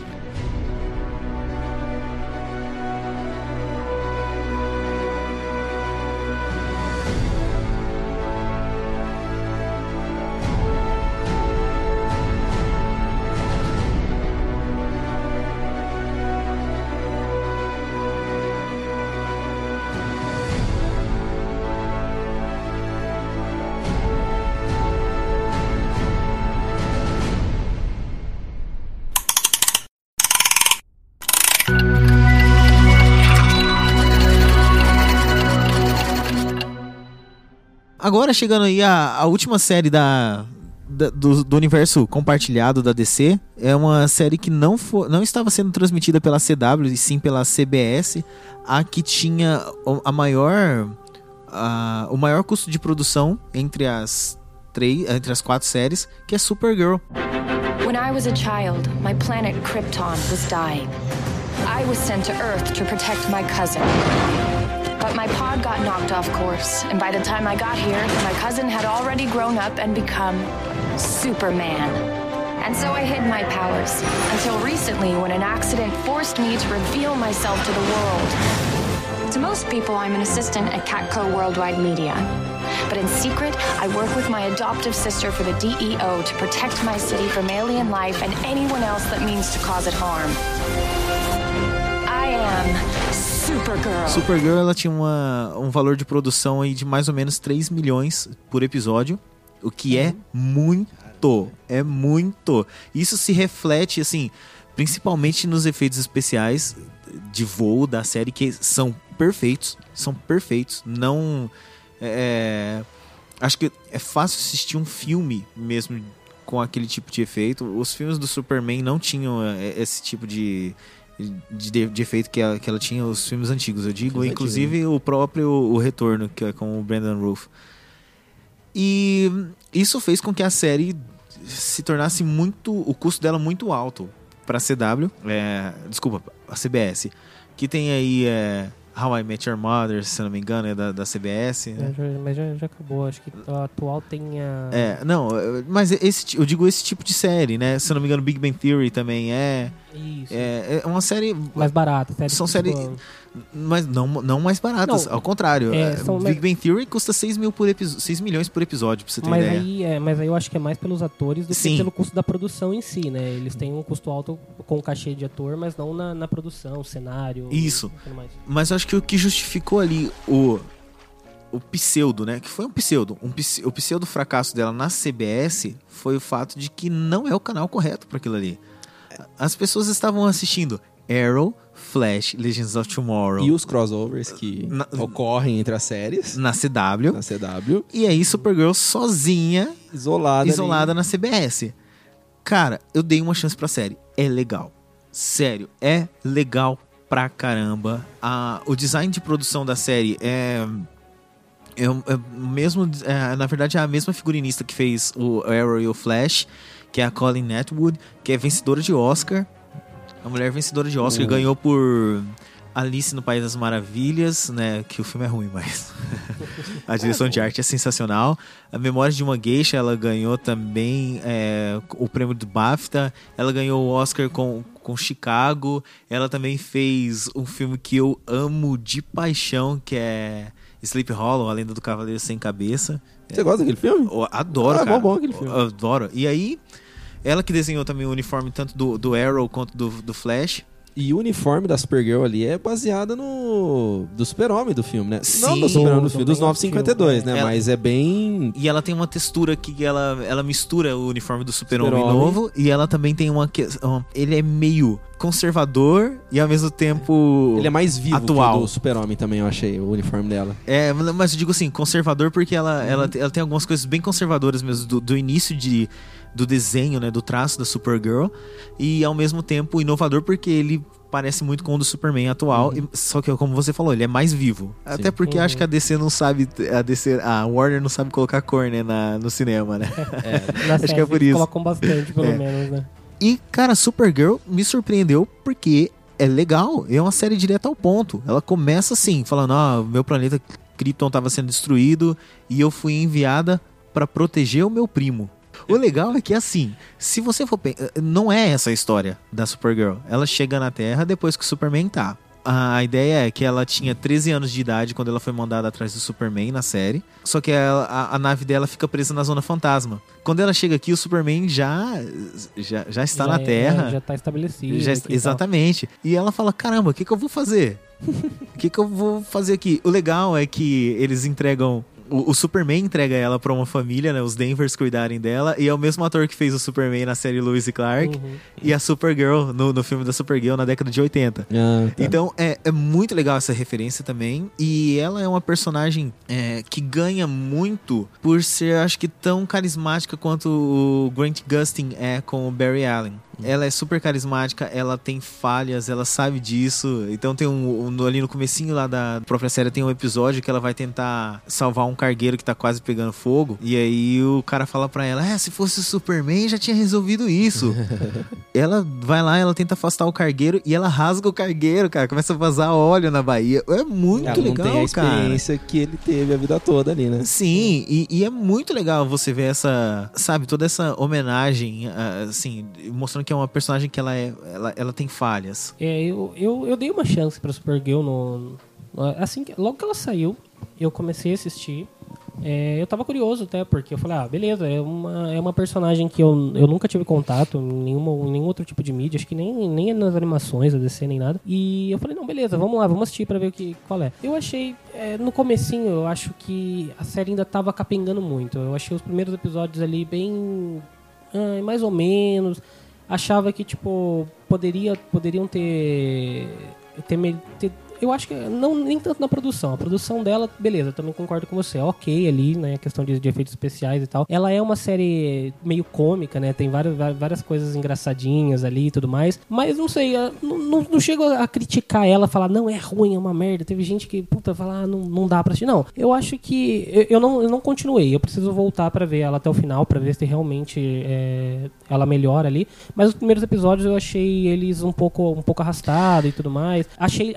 Agora chegando aí a, a última série da, da- do, do universo compartilhado da D C. É uma série que não, for, não estava sendo transmitida pela C W, e sim pela C B S. A que tinha o- a maior, a- o maior custo de produção entre as, três, entre as quatro séries, que é Supergirl. When I was a child, my planet Krypton was dying. I was sent to Earth to protect my cousin. But my pod got knocked off course, and by the time I got here, my cousin had already grown up and become Superman. And so I hid my powers, until recently when an accident forced me to reveal myself to the world. To most people, I'm an assistant at Catco Worldwide Media. But in secret, I work with my adoptive sister for the D E O to protect my city from alien life and anyone else that means to cause it harm. I am Supergirl. Supergirl, ela tinha uma, um valor de produção aí de mais ou menos três milhões por episódio, o que é muito, é muito. Isso se reflete, assim, principalmente nos efeitos especiais de voo da série, que são perfeitos, são perfeitos, não... É, acho que é fácil assistir um filme mesmo com aquele tipo de efeito. Os filmes do Superman não tinham é, esse tipo de... De, de efeito que ela, que ela tinha os filmes antigos, eu digo, Filmes inclusive o próprio o Retorno, que é com o Brandon Routh. E isso fez com que a série se tornasse muito, o custo dela muito alto para a C W, é, desculpa, a C B S, que tem aí é, How I Met Your Mother, se não me engano, é da, da C B S. Né? É, já, mas já, já acabou, acho que a atual tem a... É, não, mas esse, eu digo esse tipo de série, né? Se não me engano, Big Bang Theory também é... Isso. É, é uma série... Mais barata. Série são tipo... séries... Mas não, não mais baratas, não, ao contrário. É, são, Big mas... Bang Theory custa seis mil por episódio, seis milhões por episódio, pra você ter mas ideia. Aí, é, mas aí eu acho que é mais pelos atores do Sim. que pelo custo da produção em si, né? Eles têm um custo alto com cachê de ator, mas não na, na produção, cenário... Isso. E tudo mais. Mas eu acho que o que justificou ali o... O pseudo, né? Que foi um pseudo. Um, o pseudo fracasso dela na C B S foi o fato de que não é o canal correto para aquilo ali. As pessoas estavam assistindo Arrow, Flash, Legends of Tomorrow. E os crossovers que na, ocorrem entre as séries. Na C W. Na C W. E aí Supergirl sozinha, isolada, isolada na C B S. Cara, eu dei uma chance pra série. É legal. Sério, é legal pra caramba. A, o design de produção da série é... É, é mesmo, é, na verdade é a mesma figurinista que fez o Arrow e o Flash, que é a Colleen Atwood, que é vencedora de Oscar. A mulher vencedora de Oscar, uhum. Ganhou por Alice no País das Maravilhas, né? Que o filme é ruim, mas a direção de arte é sensacional. A Memória de uma Geisha, ela ganhou também é, o prêmio do BAFTA. Ela ganhou o Oscar com, com Chicago. Ela também fez um filme que eu amo de paixão, que é Sleep Hollow, A Lenda do Cavaleiro Sem Cabeça. Você é, gosta daquele filme? Eu adoro, ah, cara. É bom, bom aquele filme. Eu adoro. E aí, ela que desenhou também o uniforme tanto do, do Arrow quanto do, do Flash. E o uniforme da Supergirl ali é baseada no... do Super-Homem do filme, né? Sim, não do Super-Homem do filme, dos novecentos e cinquenta e dois, né? Ela... Mas é bem... E ela tem uma textura que ela, ela mistura o uniforme do Super-Homem Super novo. E ela também tem uma... Ele é meio conservador e ao mesmo tempo ele é mais vivo atual. Que o do Super-Homem também, eu achei, o uniforme dela. É, mas eu digo assim, conservador porque ela, uhum. ela, ela tem algumas coisas bem conservadoras mesmo, do, do início de, do desenho, né, do traço da Supergirl, e ao mesmo tempo inovador porque ele parece muito com o do Superman atual, uhum. e, só que como você falou, ele é mais vivo. Sim. Até porque uhum. acho que a D C não sabe, a, D C, a Warner não sabe colocar cor, né, na, no cinema, né? É, acho que é por isso. Colocam bastante, pelo é. menos, né? E, cara, Supergirl me surpreendeu porque é legal, é uma série direta ao ponto. Ela começa assim, falando, ah, meu planeta Krypton estava sendo destruído e eu fui enviada para proteger o meu primo. O legal é que, assim, se você for... Não é essa a história da Supergirl. Ela chega na Terra depois que o Superman tá. A ideia é que ela tinha treze anos de idade quando ela foi mandada atrás do Superman na série. Só que ela, a, a nave dela fica presa na Zona Fantasma. Quando ela chega aqui, o Superman já, já, já está já na é, Terra. Já está estabelecido. Já, exatamente. E ela fala, caramba, o que, que eu vou fazer? O que, que eu vou fazer aqui? O legal é que eles entregam... O, o Superman entrega ela pra uma família, né? Os Danvers cuidarem dela. E é o mesmo ator que fez o Superman na série Lois e Clark. Uhum. E a Supergirl, no, no filme da Supergirl, na década de oitenta. Ah, tá. Então, é, é muito legal essa referência também. E ela é uma personagem é, que ganha muito por ser, acho que, tão carismática quanto o Grant Gustin é com o Barry Allen. Ela é super carismática, ela tem falhas, ela sabe disso. Então tem um, um ali no comecinho lá da própria série tem um episódio que ela vai tentar salvar um cargueiro que tá quase pegando fogo. E aí o cara fala pra ela, é, se fosse o Superman já tinha resolvido isso. Ela vai lá, ela tenta afastar o cargueiro e ela rasga o cargueiro, cara. Começa a vazar óleo na Bahia. É muito ela legal, não tem a experiência cara. que ele teve a vida toda ali, né? Sim, e, e é muito legal você ver essa, sabe, toda essa homenagem, assim, mostrando que é uma personagem que ela, é, ela, ela tem falhas. É, eu, eu, eu dei uma chance pra Supergirl no, assim, logo que ela saiu, eu comecei a assistir. É, eu tava curioso até, porque eu falei, ah, beleza, é uma, é uma personagem que eu, eu nunca tive contato em, nenhuma, em nenhum outro tipo de mídia, acho que nem, nem nas animações da D C, nem nada. E eu falei, não, beleza, vamos lá, vamos assistir pra ver o que, qual é. Eu achei, é, no comecinho, eu acho que a série ainda tava capengando muito. Eu achei os primeiros episódios ali bem, ah, mais ou menos... Achava que, tipo, poderia, poderiam ter, ter, ter... Eu acho que não nem tanto na produção. A produção dela, beleza, eu também concordo com você. É ok ali, né? A questão de, de efeitos especiais e tal. Ela é uma série meio cômica, né? Tem várias, várias coisas engraçadinhas ali e tudo mais. Mas não sei, não, não, não chego a criticar ela, falar, não, é ruim, é uma merda. Teve gente que, puta, fala, ah, não, não dá pra assistir. Não, eu acho que... Eu, eu, não, eu não continuei. Eu preciso voltar pra ver ela até o final, pra ver se realmente é, ela melhora ali. Mas os primeiros episódios eu achei eles um pouco, um pouco arrastados e tudo mais. Achei, achei legal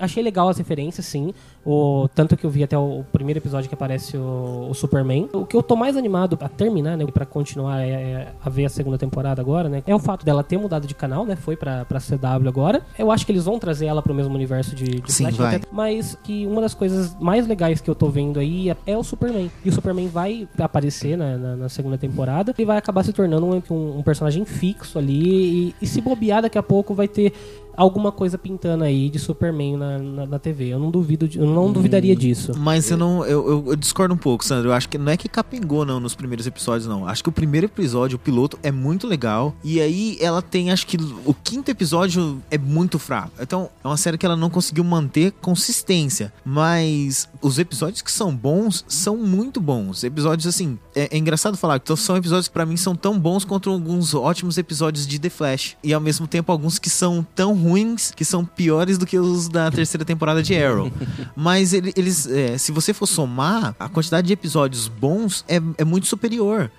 as referências, sim. O, tanto que eu vi até o primeiro episódio que aparece o, o Superman. O que eu tô mais animado a terminar, né? Pra continuar é, é, a ver a segunda temporada agora, né? É o fato dela ter mudado de canal, né? Foi pra, pra C W agora. Eu acho que eles vão trazer ela pro mesmo universo de, de Sim, Flash. vai. Até, mas que uma das coisas mais legais que eu tô vendo aí é, é o Superman. E o Superman vai aparecer na, na, na segunda temporada e vai acabar se tornando um, um, um personagem fixo ali. E, e se bobear, daqui a pouco vai ter alguma coisa pintando aí de Superman na, na, na T V. Eu não duvido, de, eu não hum, duvidaria disso. Mas eu não, eu, eu, eu discordo um pouco, Sandro. Eu acho que não é que capengou não nos primeiros episódios, não. Acho que o primeiro episódio, o piloto, é muito legal. E aí ela tem, acho que o quinto episódio é muito fraco. Então é uma série que ela não conseguiu manter consistência. Mas os episódios que são bons são muito bons. Episódios assim, é, é engraçado falar que são episódios que pra mim são tão bons quanto alguns ótimos episódios de The Flash. E ao mesmo tempo alguns que são tão ruins que são piores do que os da terceira temporada de Arrow. Mas ele, eles, é, se você for somar, a quantidade de episódios bons é, é muito superior.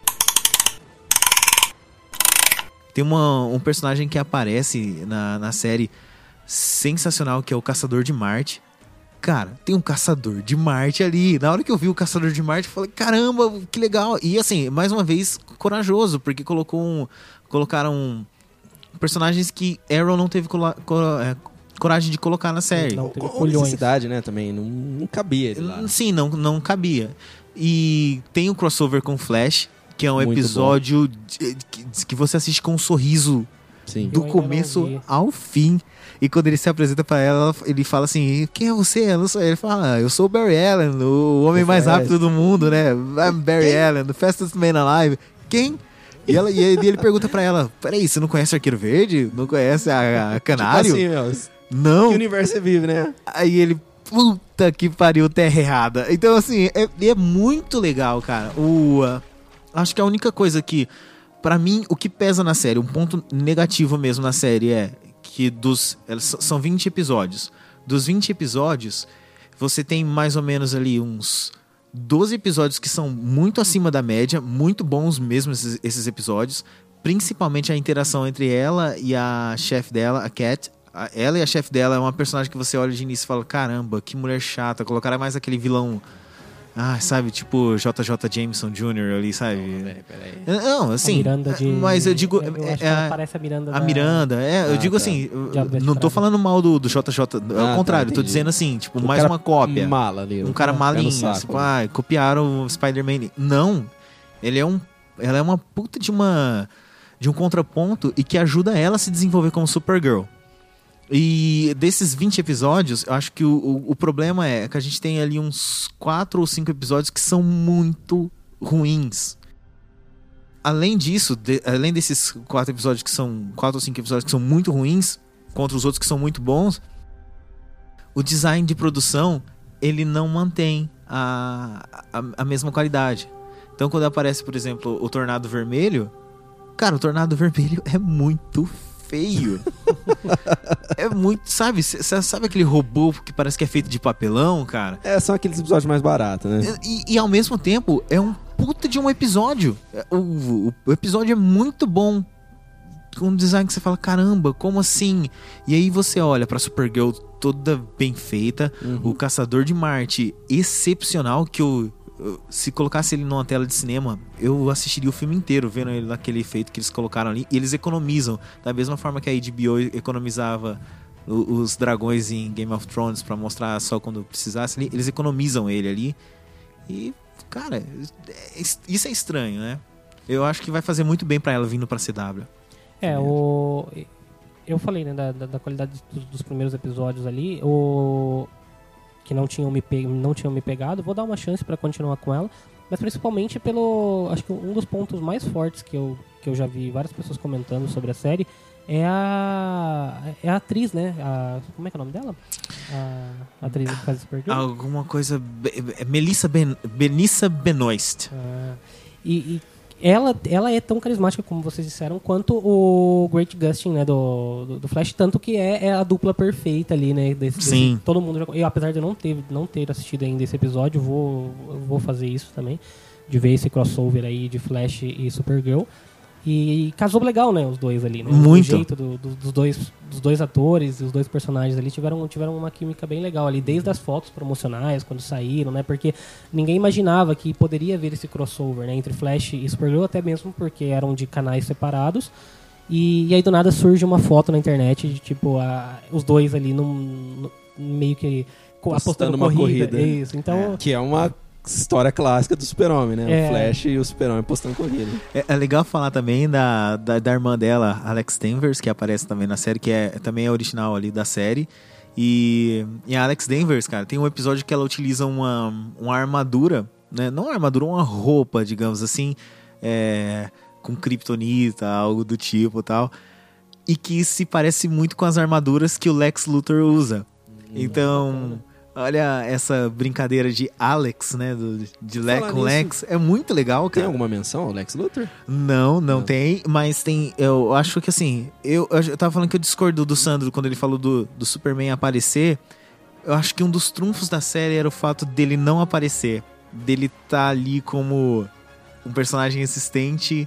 Tem uma, um personagem que aparece na, na série sensacional, que é o Caçador de Marte. Cara, tem um Caçador de Marte ali. Na hora que eu vi o Caçador de Marte, eu falei, caramba, que legal. E assim, mais uma vez, corajoso, porque colocou um, colocaram personagens que Arrow não teve cola, cor, é, coragem de colocar na série. Não teve com necessidade, né, também. Não, não cabia ele lá. Sim, não, não cabia. E tem o crossover com Flash, que é um Muito episódio de, que, que você assiste com um sorriso Sim. do começo ao fim. E quando ele se apresenta pra ela, ele fala assim, quem é você? Eu não sou. Ele fala, ah, eu sou o Barry Allen, o homem mais rápido do mundo, né? I'm Barry quem? Allen, the fastest man alive. Quem? E, ela, e ele pergunta pra ela, peraí, você não conhece o Arqueiro Verde? Não conhece a, a Canário? Tipo assim, meu, não. Que universo você vive, né? Aí ele, puta que pariu, terra errada. Então assim, é, é muito legal, cara. O, uh, acho que a única coisa que, pra mim, o que pesa na série, um ponto negativo mesmo na série é que dos, são vinte episódios. Dos vinte episódios, você tem mais ou menos ali uns doze episódios que são muito acima da média, muito bons mesmo esses, esses episódios, principalmente a interação entre ela e a chefe dela, a Cat. A, ela e a chefe dela é uma personagem que você olha de início e fala, caramba, que mulher chata, colocaram mais aquele vilão, ah, sabe, tipo J J Jameson Júnior ali, sabe? Não, peraí, peraí. Não, assim, Miranda de, mas eu digo... Eu é, acho que ela parece a Miranda A da... Miranda, é, eu Ah, digo tá. assim, Diabo não tô falando mal do, do J J, ao Ah, contrário, tá, tô entendi. dizendo assim, tipo, Um mais cara uma cópia. mala ali, Um cara pé no malinho, saco. tipo, ah, copiaram o Spider-Man. Não, ele é um, ela é uma puta de uma de um contraponto e que ajuda ela a se desenvolver como Supergirl. E desses vinte episódios, eu acho que o, o, o problema é que a gente tem ali uns quatro ou cinco episódios que são muito ruins. Além disso, de, além desses quatro episódios que são quatro ou cinco episódios que são muito ruins, contra os outros que são muito bons, o design de produção, ele não mantém a, a, a mesma qualidade. Então quando aparece, por exemplo, o Tornado Vermelho, cara, o Tornado Vermelho é muito feio. É muito, sabe? Você sabe aquele robô que parece que é feito de papelão, cara? É, são aqueles episódios mais baratos, né? E, e ao mesmo tempo, é um puta de um episódio. O, o, o episódio é muito bom. Com um design que você fala, caramba, como assim? E aí você olha pra Supergirl toda bem feita, uhum. O Caçador de Marte excepcional, que eu, eu, se colocasse ele numa tela de cinema, eu assistiria o filme inteiro vendo ele naquele efeito que eles colocaram ali. E eles economizam, da mesma forma que a H B O economizava o, os dragões em Game of Thrones pra mostrar só quando precisasse ali, eles economizam ele ali. E, cara, isso é estranho, né? Eu acho que vai fazer muito bem pra ela vindo pra C W. É, o... eu falei, né, da, da qualidade dos, dos primeiros episódios ali, o... que não tinham, me pe... não tinham me pegado, vou dar uma chance pra continuar com ela, mas principalmente pelo... acho que um dos pontos mais fortes que eu, que eu já vi várias pessoas comentando sobre a série é a, é a atriz, né, a... como é que é o nome dela? A atriz que faz Supergirl? Alguma coisa... Melissa ben... Benissa Benoist. Ah, e... e Ela, ela é tão carismática, como vocês disseram, quanto o Great Gustin, né, do, do, do Flash, tanto que é, é a dupla perfeita ali, né, desse, Sim. Desse, todo mundo já, eu, apesar de eu não ter, não ter assistido ainda esse episódio, vou, vou fazer isso também, de ver esse crossover aí de Flash e Supergirl, E casou legal, né, os dois ali, né? Muito. O jeito do, do, dos, dois, dos dois atores e os dois personagens ali tiveram, tiveram uma química bem legal ali, desde as fotos promocionais, quando saíram, né? Porque ninguém imaginava que poderia haver esse crossover, né, entre Flash e Supergirl, até mesmo porque eram de canais separados. E, e aí do nada surge uma foto na internet de tipo, a, os dois ali num, num, meio que apostando apostando uma corrida. corrida. Isso, então... É, que é uma história clássica do Super-Homem, né? É. O Flash e o Super-Homem apostando corrida. É, é legal falar também da, da, da irmã dela, Alex Danvers, que aparece também na série, que é, também é original ali da série. E, e a Alex Danvers, cara, tem um episódio que ela utiliza uma, uma armadura, né? Não uma armadura, uma roupa, digamos assim, é, com kryptonita, algo do tipo e tal. E que se parece muito com as armaduras que o Lex Luthor usa. Então... Olha essa brincadeira de Alex, né? Do, de Lex com Lex. É muito legal, cara. Tem alguma menção ao Lex Luthor? Não, não, não tem. Mas tem... Eu acho que assim... Eu, eu tava falando que eu discordo do Sandro quando ele falou do, do Superman aparecer. Eu acho que um dos trunfos da série era o fato dele não aparecer. Dele tá ali como um personagem existente,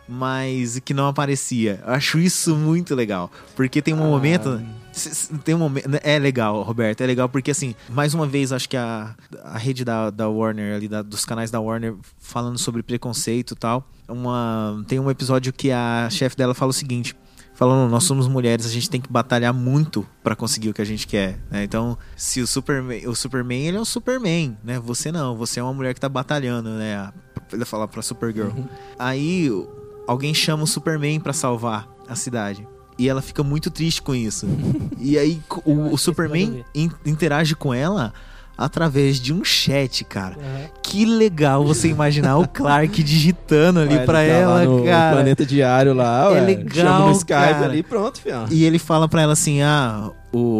mas que não aparecia. Eu acho isso muito legal. Porque tem um ah. momento... Tem um momento, é legal, Roberto, é legal porque assim, mais uma vez acho que a, a rede da, da Warner ali, da, dos canais da Warner falando sobre preconceito e tal, uma, tem um episódio que a chefe dela fala o seguinte, falando, nós somos mulheres, a gente tem que batalhar muito pra conseguir o que a gente quer, né? Então, se o Superman, o Superman, ele é o Superman, né? Você não, você é uma mulher que tá batalhando, né? Ele fala pra Supergirl. Uhum. Aí, alguém chama o Superman pra salvar a cidade. E ela fica muito triste com isso. E aí o, o Superman in, interage com ela através de um chat, cara. Uhum. Que legal você imaginar o Clark digitando ali ué, pra ela, no cara. Planeta Diário lá, ué. É legal, chama no Skype cara. ali, pronto, fião. E ele fala pra ela assim, ah,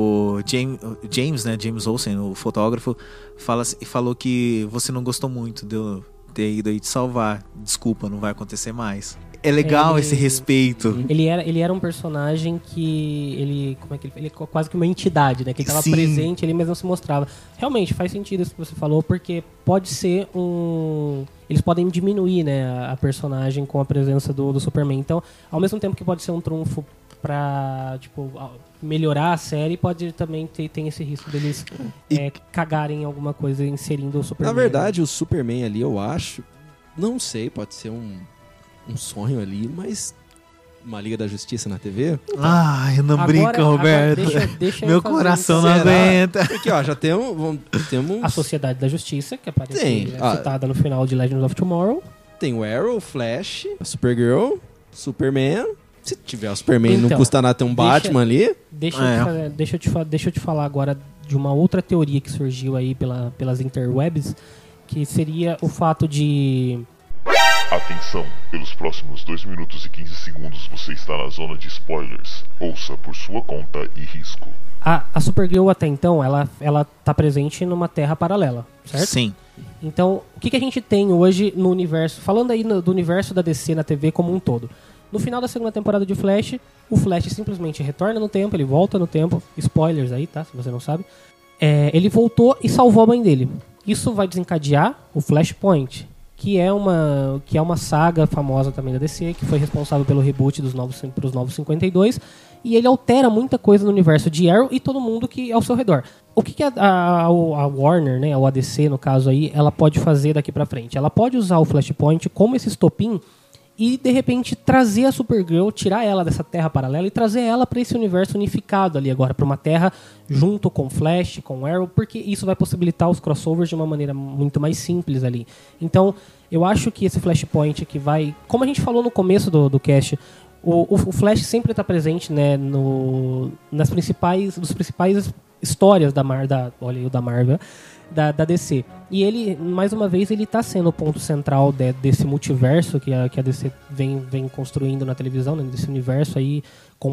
o James, James, né, James Olsen, o fotógrafo, fala, falou que você não gostou muito de eu ter ido aí te salvar. Desculpa, não vai acontecer mais. É legal ele, esse respeito. Ele era, ele era um personagem que ele, como é que ele, ele é quase que uma entidade, né? Que ele estava presente, ele mesmo se mostrava. Realmente faz sentido isso que você falou, porque pode ser um, eles podem diminuir, né, a personagem com a presença do, do Superman. Então, ao mesmo tempo que pode ser um trunfo pra, tipo, melhorar a série, pode também ter tem esse risco deles e, é, cagarem em alguma coisa inserindo o Superman. Na verdade, o Superman ali, eu acho, não sei, pode ser um um sonho ali, mas uma Liga da Justiça na T V? Ah, eu não agora, brinca, Roberto. Agora deixa, deixa Meu coração não aguenta. Porque, ó, já temos... Vamos, temos... A Sociedade da Justiça, que aparece tem. É citada ah, no final de Legends of Tomorrow. Tem o Arrow, o Flash, a Supergirl, Superman. Se tiver o Superman, então, não custa nada ter um deixa, Batman ali. Deixa, é. eu te fazer, deixa, eu te, deixa eu te falar agora de uma outra teoria que surgiu aí pela, pelas interwebs, que seria o fato de... Atenção, pelos próximos dois minutos e quinze segundos você está na zona de spoilers. Ouça por sua conta e risco. A, a Supergirl até então, ela, ela tá presente numa terra paralela, certo? Sim. Então, o que, que a gente tem hoje no universo, falando aí no, do universo da D C na T V como um todo. No final da segunda temporada de Flash, o Flash simplesmente retorna no tempo, ele volta no tempo, spoilers aí, tá? Se você não sabe. É, ele voltou e salvou a mãe dele. Isso vai desencadear o Flashpoint, que é uma que é uma saga famosa também da D C, que foi responsável pelo reboot dos novos pros novos cinquenta e dois, e ele altera muita coisa no universo de Arrow e todo mundo que é ao seu redor. O que, que a, a, a Warner, né, ou a D C no caso aí, ela pode fazer daqui pra frente? Ela pode usar o Flashpoint como esse estopim e de repente trazer a Supergirl, tirar ela dessa terra paralela e trazer ela para esse universo unificado ali agora, para uma terra junto com Flash, com Arrow, porque isso vai possibilitar os crossovers de uma maneira muito mais simples ali. Então, eu acho que esse Flashpoint aqui vai, como a gente falou no começo do, do cast, o, o Flash sempre está presente, né, no, nas principais, dos principais histórias da Marvel, da, olha aí, da Marvel, da, da D C. E ele, mais uma vez, ele está sendo o ponto central de, desse multiverso que a, que a D C vem, vem construindo na televisão, né, desse universo aí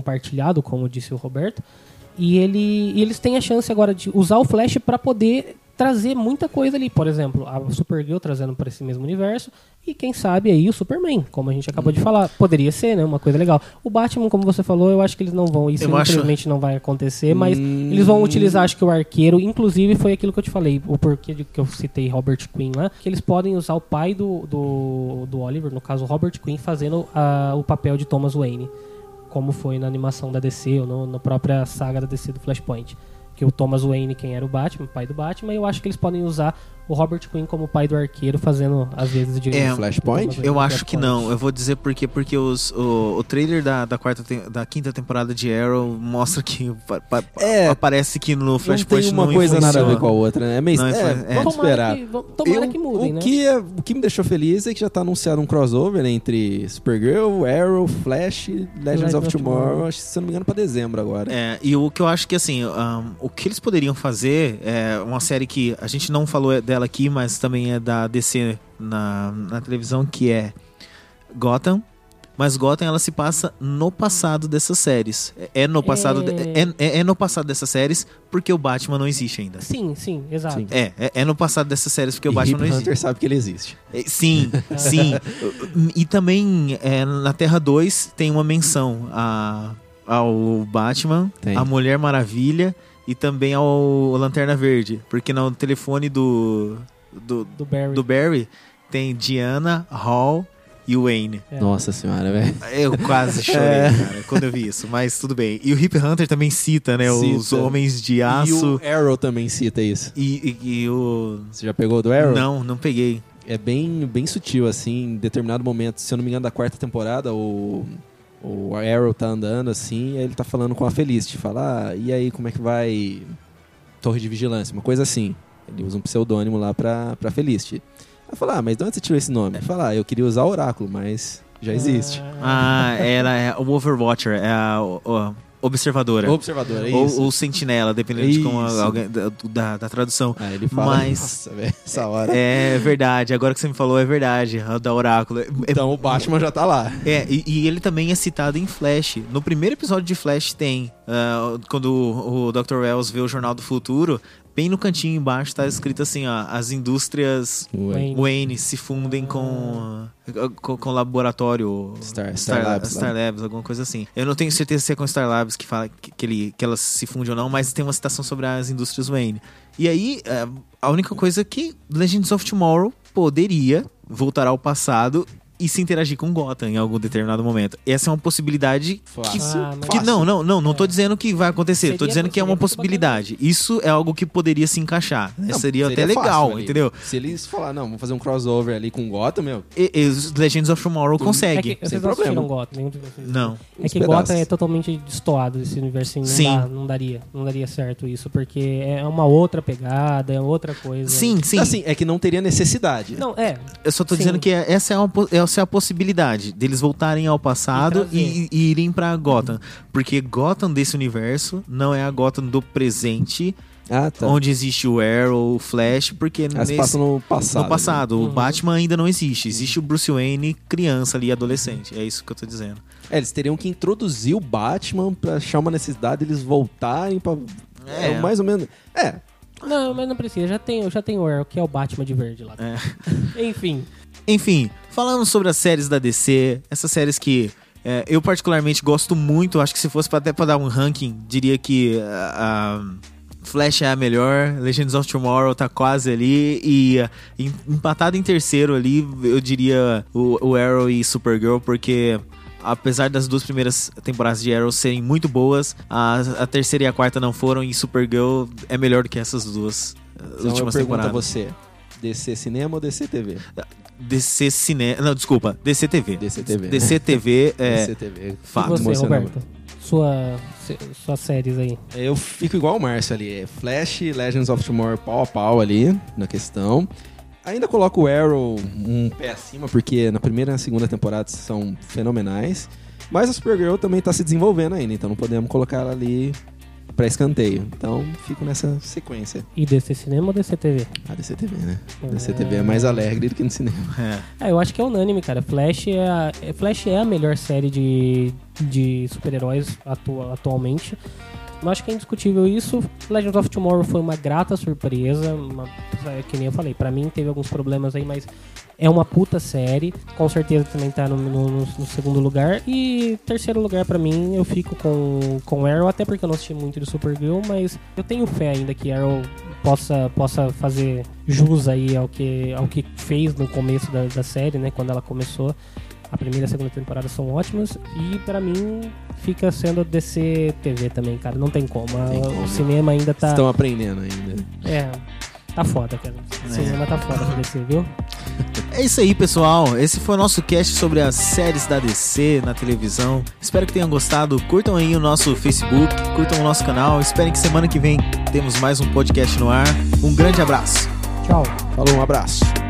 compartilhado, como disse o Roberto. E, ele, e eles têm a chance agora de usar o Flash para poder trazer muita coisa ali. Por exemplo, a Supergirl trazendo para esse mesmo universo. E quem sabe aí o Superman, como a gente acabou de falar. Poderia ser, né? Uma coisa legal. O Batman, como você falou, eu acho que eles não vão. Isso eu infelizmente acho... não vai acontecer. Mas hum... eles vão utilizar, acho que o arqueiro. Inclusive foi aquilo que eu te falei. O porquê de que eu citei Robert Quinn lá. Que eles podem usar o pai do, do, do Oliver, no caso Robert Quinn, fazendo uh, o papel de Thomas Wayne. Como foi na animação da D C ou no, na própria saga da D C do Flashpoint. Que o Thomas Wayne, quem era o Batman, o pai do Batman, eu acho que eles podem usar o Robert Quinn como pai do arqueiro, fazendo às vezes de é, Flashpoint? Eu acho Flashpoint. que não. Eu vou dizer por quê. Porque os, o, o trailer da, da, quarta te, da quinta temporada de Arrow mostra que pa, pa, é, aparece que no Flashpoint não tem uma não coisa influencia. nada a ver com a outra, né? É meio, não, é, é, vamos esperar. Que, tomara eu, que mudem, o né? Que é, o que me deixou feliz é que já tá anunciado um crossover, né, entre Supergirl, Arrow, Flash, Legends Legends of of Tomorrow, Tomorrow. acho que, se eu não me engano, pra dezembro agora. É, e o que eu acho que assim, um, o que eles poderiam fazer é uma série que a gente não falou dela aqui, mas também é da D C na, na televisão, que é Gotham. Mas Gotham, ela se passa no passado dessas séries. É no passado, é... É, é, é no passado dessas séries porque o Batman não existe ainda. Sim, sim, exato. Sim. É, é, é no passado dessas séries porque e o Batman não existe. Hunter sabe que ele existe. É, sim, sim. E também é, na Terra dois tem uma menção a, ao Batman, tem. a Mulher Maravilha e também ao Lanterna Verde. Porque no telefone do, do, do, Barry. do Barry tem Diana, Hall e o Wayne. É. Nossa senhora, velho. Eu quase chorei, é. cara, quando eu vi isso. Mas tudo bem. E o Hip Hunter também cita, né? Cita. Os Homens de Aço. E o Arrow também cita isso. E, e, e o... Você já pegou do Arrow? Não, não peguei. É bem, bem sutil, assim. Em determinado momento, se eu não me engano, da quarta temporada, o... O Arrow tá andando assim, e aí ele tá falando com a Felicity. Fala, ah, e aí, como é que vai Torre de Vigilância? Uma coisa assim. Ele usa um pseudônimo lá pra, pra Felicity. Aí fala, ah, mas de onde você tirou esse nome? Ele fala, ah, eu queria usar Oráculo, mas já existe. Ah, ela é o Overwatcher, é a... O, observadora. Observadora, ou, isso. ou sentinela, dependendo isso. de como alguém, da, da, da tradução. Ah, ele fala, mas nossa, velho, essa hora. É verdade, agora que você me falou é verdade, da Oráculo. Então o Batman já tá lá. É, e, e ele também é citado em Flash. No primeiro episódio de Flash tem, uh, quando o, o doutor Wells vê o Jornal do Futuro, bem no cantinho embaixo tá escrito assim, ó, as indústrias Wayne, Wayne se fundem com com, com laboratório Star, Star, Star, Labs, Star Labs, alguma coisa assim. Eu não tenho certeza se é com Star Labs que fala que, que, ele, que elas se fundem ou não, mas tem uma citação sobre as indústrias Wayne. E aí, a única coisa que Legends of Tomorrow poderia voltar ao passado e se interagir com Gotham em algum determinado momento. Essa é uma possibilidade que, ah, que não, não, não, não tô é. dizendo que vai acontecer, seria, tô dizendo que é uma possibilidade. Isso é algo que poderia se encaixar. Não, seria, seria até legal, fácil, entendeu? Se eles falar, não, vamos fazer um crossover ali com Gotham, meu. E, e os Legends of Tomorrow consegue. É que, sem problema. Gotham, não. É que Gotham é totalmente destoado esse universo, não, Sim. Dá, não daria, não daria certo isso, porque é uma outra pegada, é outra coisa. Sim, sim. Assim, é que não teria necessidade. Não, é. Eu só tô sim. dizendo que essa é, uma, essa é a possibilidade deles voltarem ao passado e, e, e irem pra Gotham. Porque Gotham desse universo não é a Gotham do presente, ah, tá. onde existe o Arrow, o Flash, porque Elas nesse, passam no passado. No passado. Né? O uhum. Batman ainda não existe. Existe o Bruce Wayne criança ali, adolescente. É isso que eu tô dizendo. É, eles teriam que introduzir o Batman pra achar uma necessidade deles voltarem pra... É, é mais ou menos... É. Não, mas não precisa. Já tem, já tem o Arrow, que é o Batman de verde lá. É. Enfim... Enfim, falando sobre as séries da D C, essas séries que é, eu particularmente gosto muito, acho que se fosse pra, até pra dar um ranking, diria que a uh, uh, Flash é a melhor, Legends of Tomorrow tá quase ali, e uh, empatado em terceiro ali, eu diria o, o Arrow e Supergirl, porque... Apesar das duas primeiras temporadas de Arrow serem muito boas, a, a terceira e a quarta não foram, e Supergirl é melhor do que essas duas então últimas eu temporadas. Eu pergunto a você, D C Cinema ou D C T V? D C Cinema... Não, desculpa. D C T V. D C T V. D C T V é... D C T V. Fato. E você, Roberto? Sua, suas séries aí. Eu fico igual o Márcio ali. Flash, Legends of Tomorrow pau a pau ali na questão. Ainda coloco o Arrow um pé acima, porque na primeira e na segunda temporada são fenomenais. Mas a Supergirl também tá se desenvolvendo ainda, então não podemos colocar ela ali pra escanteio. Então, fico nessa sequência. E D C Cinema ou D C T V? Ah, D C T V, né? É... D C T V é mais alegre do que no cinema. É, é eu acho que é unânime, cara. Flash é a, Flash é a melhor série de, de super-heróis atu, atualmente. Eu acho que é indiscutível isso. Legends of Tomorrow foi uma grata surpresa, uma, que nem eu falei, pra mim teve alguns problemas aí, mas é uma puta série, com certeza também tá no, no, no segundo lugar. E terceiro lugar pra mim eu fico com, com Arrow, até porque eu não assisti muito de Supergirl, mas eu tenho fé ainda que Arrow possa, possa fazer jus aí ao que, ao que fez no começo da, da série, né, quando ela começou. A primeira e a segunda temporada são ótimas e pra mim fica sendo D C T V também, cara, não tem como, tem como. O cinema ainda tá... Estão aprendendo ainda. É, tá foda, cara. O cinema é. tá foda pra D C, viu? É isso aí, pessoal. Esse foi o nosso cast sobre as séries da D C na televisão. Espero que tenham gostado. Curtam aí o nosso Facebook, curtam o nosso canal. Esperem que semana que vem temos mais um podcast no ar. Um grande abraço. Tchau. Falou, um abraço.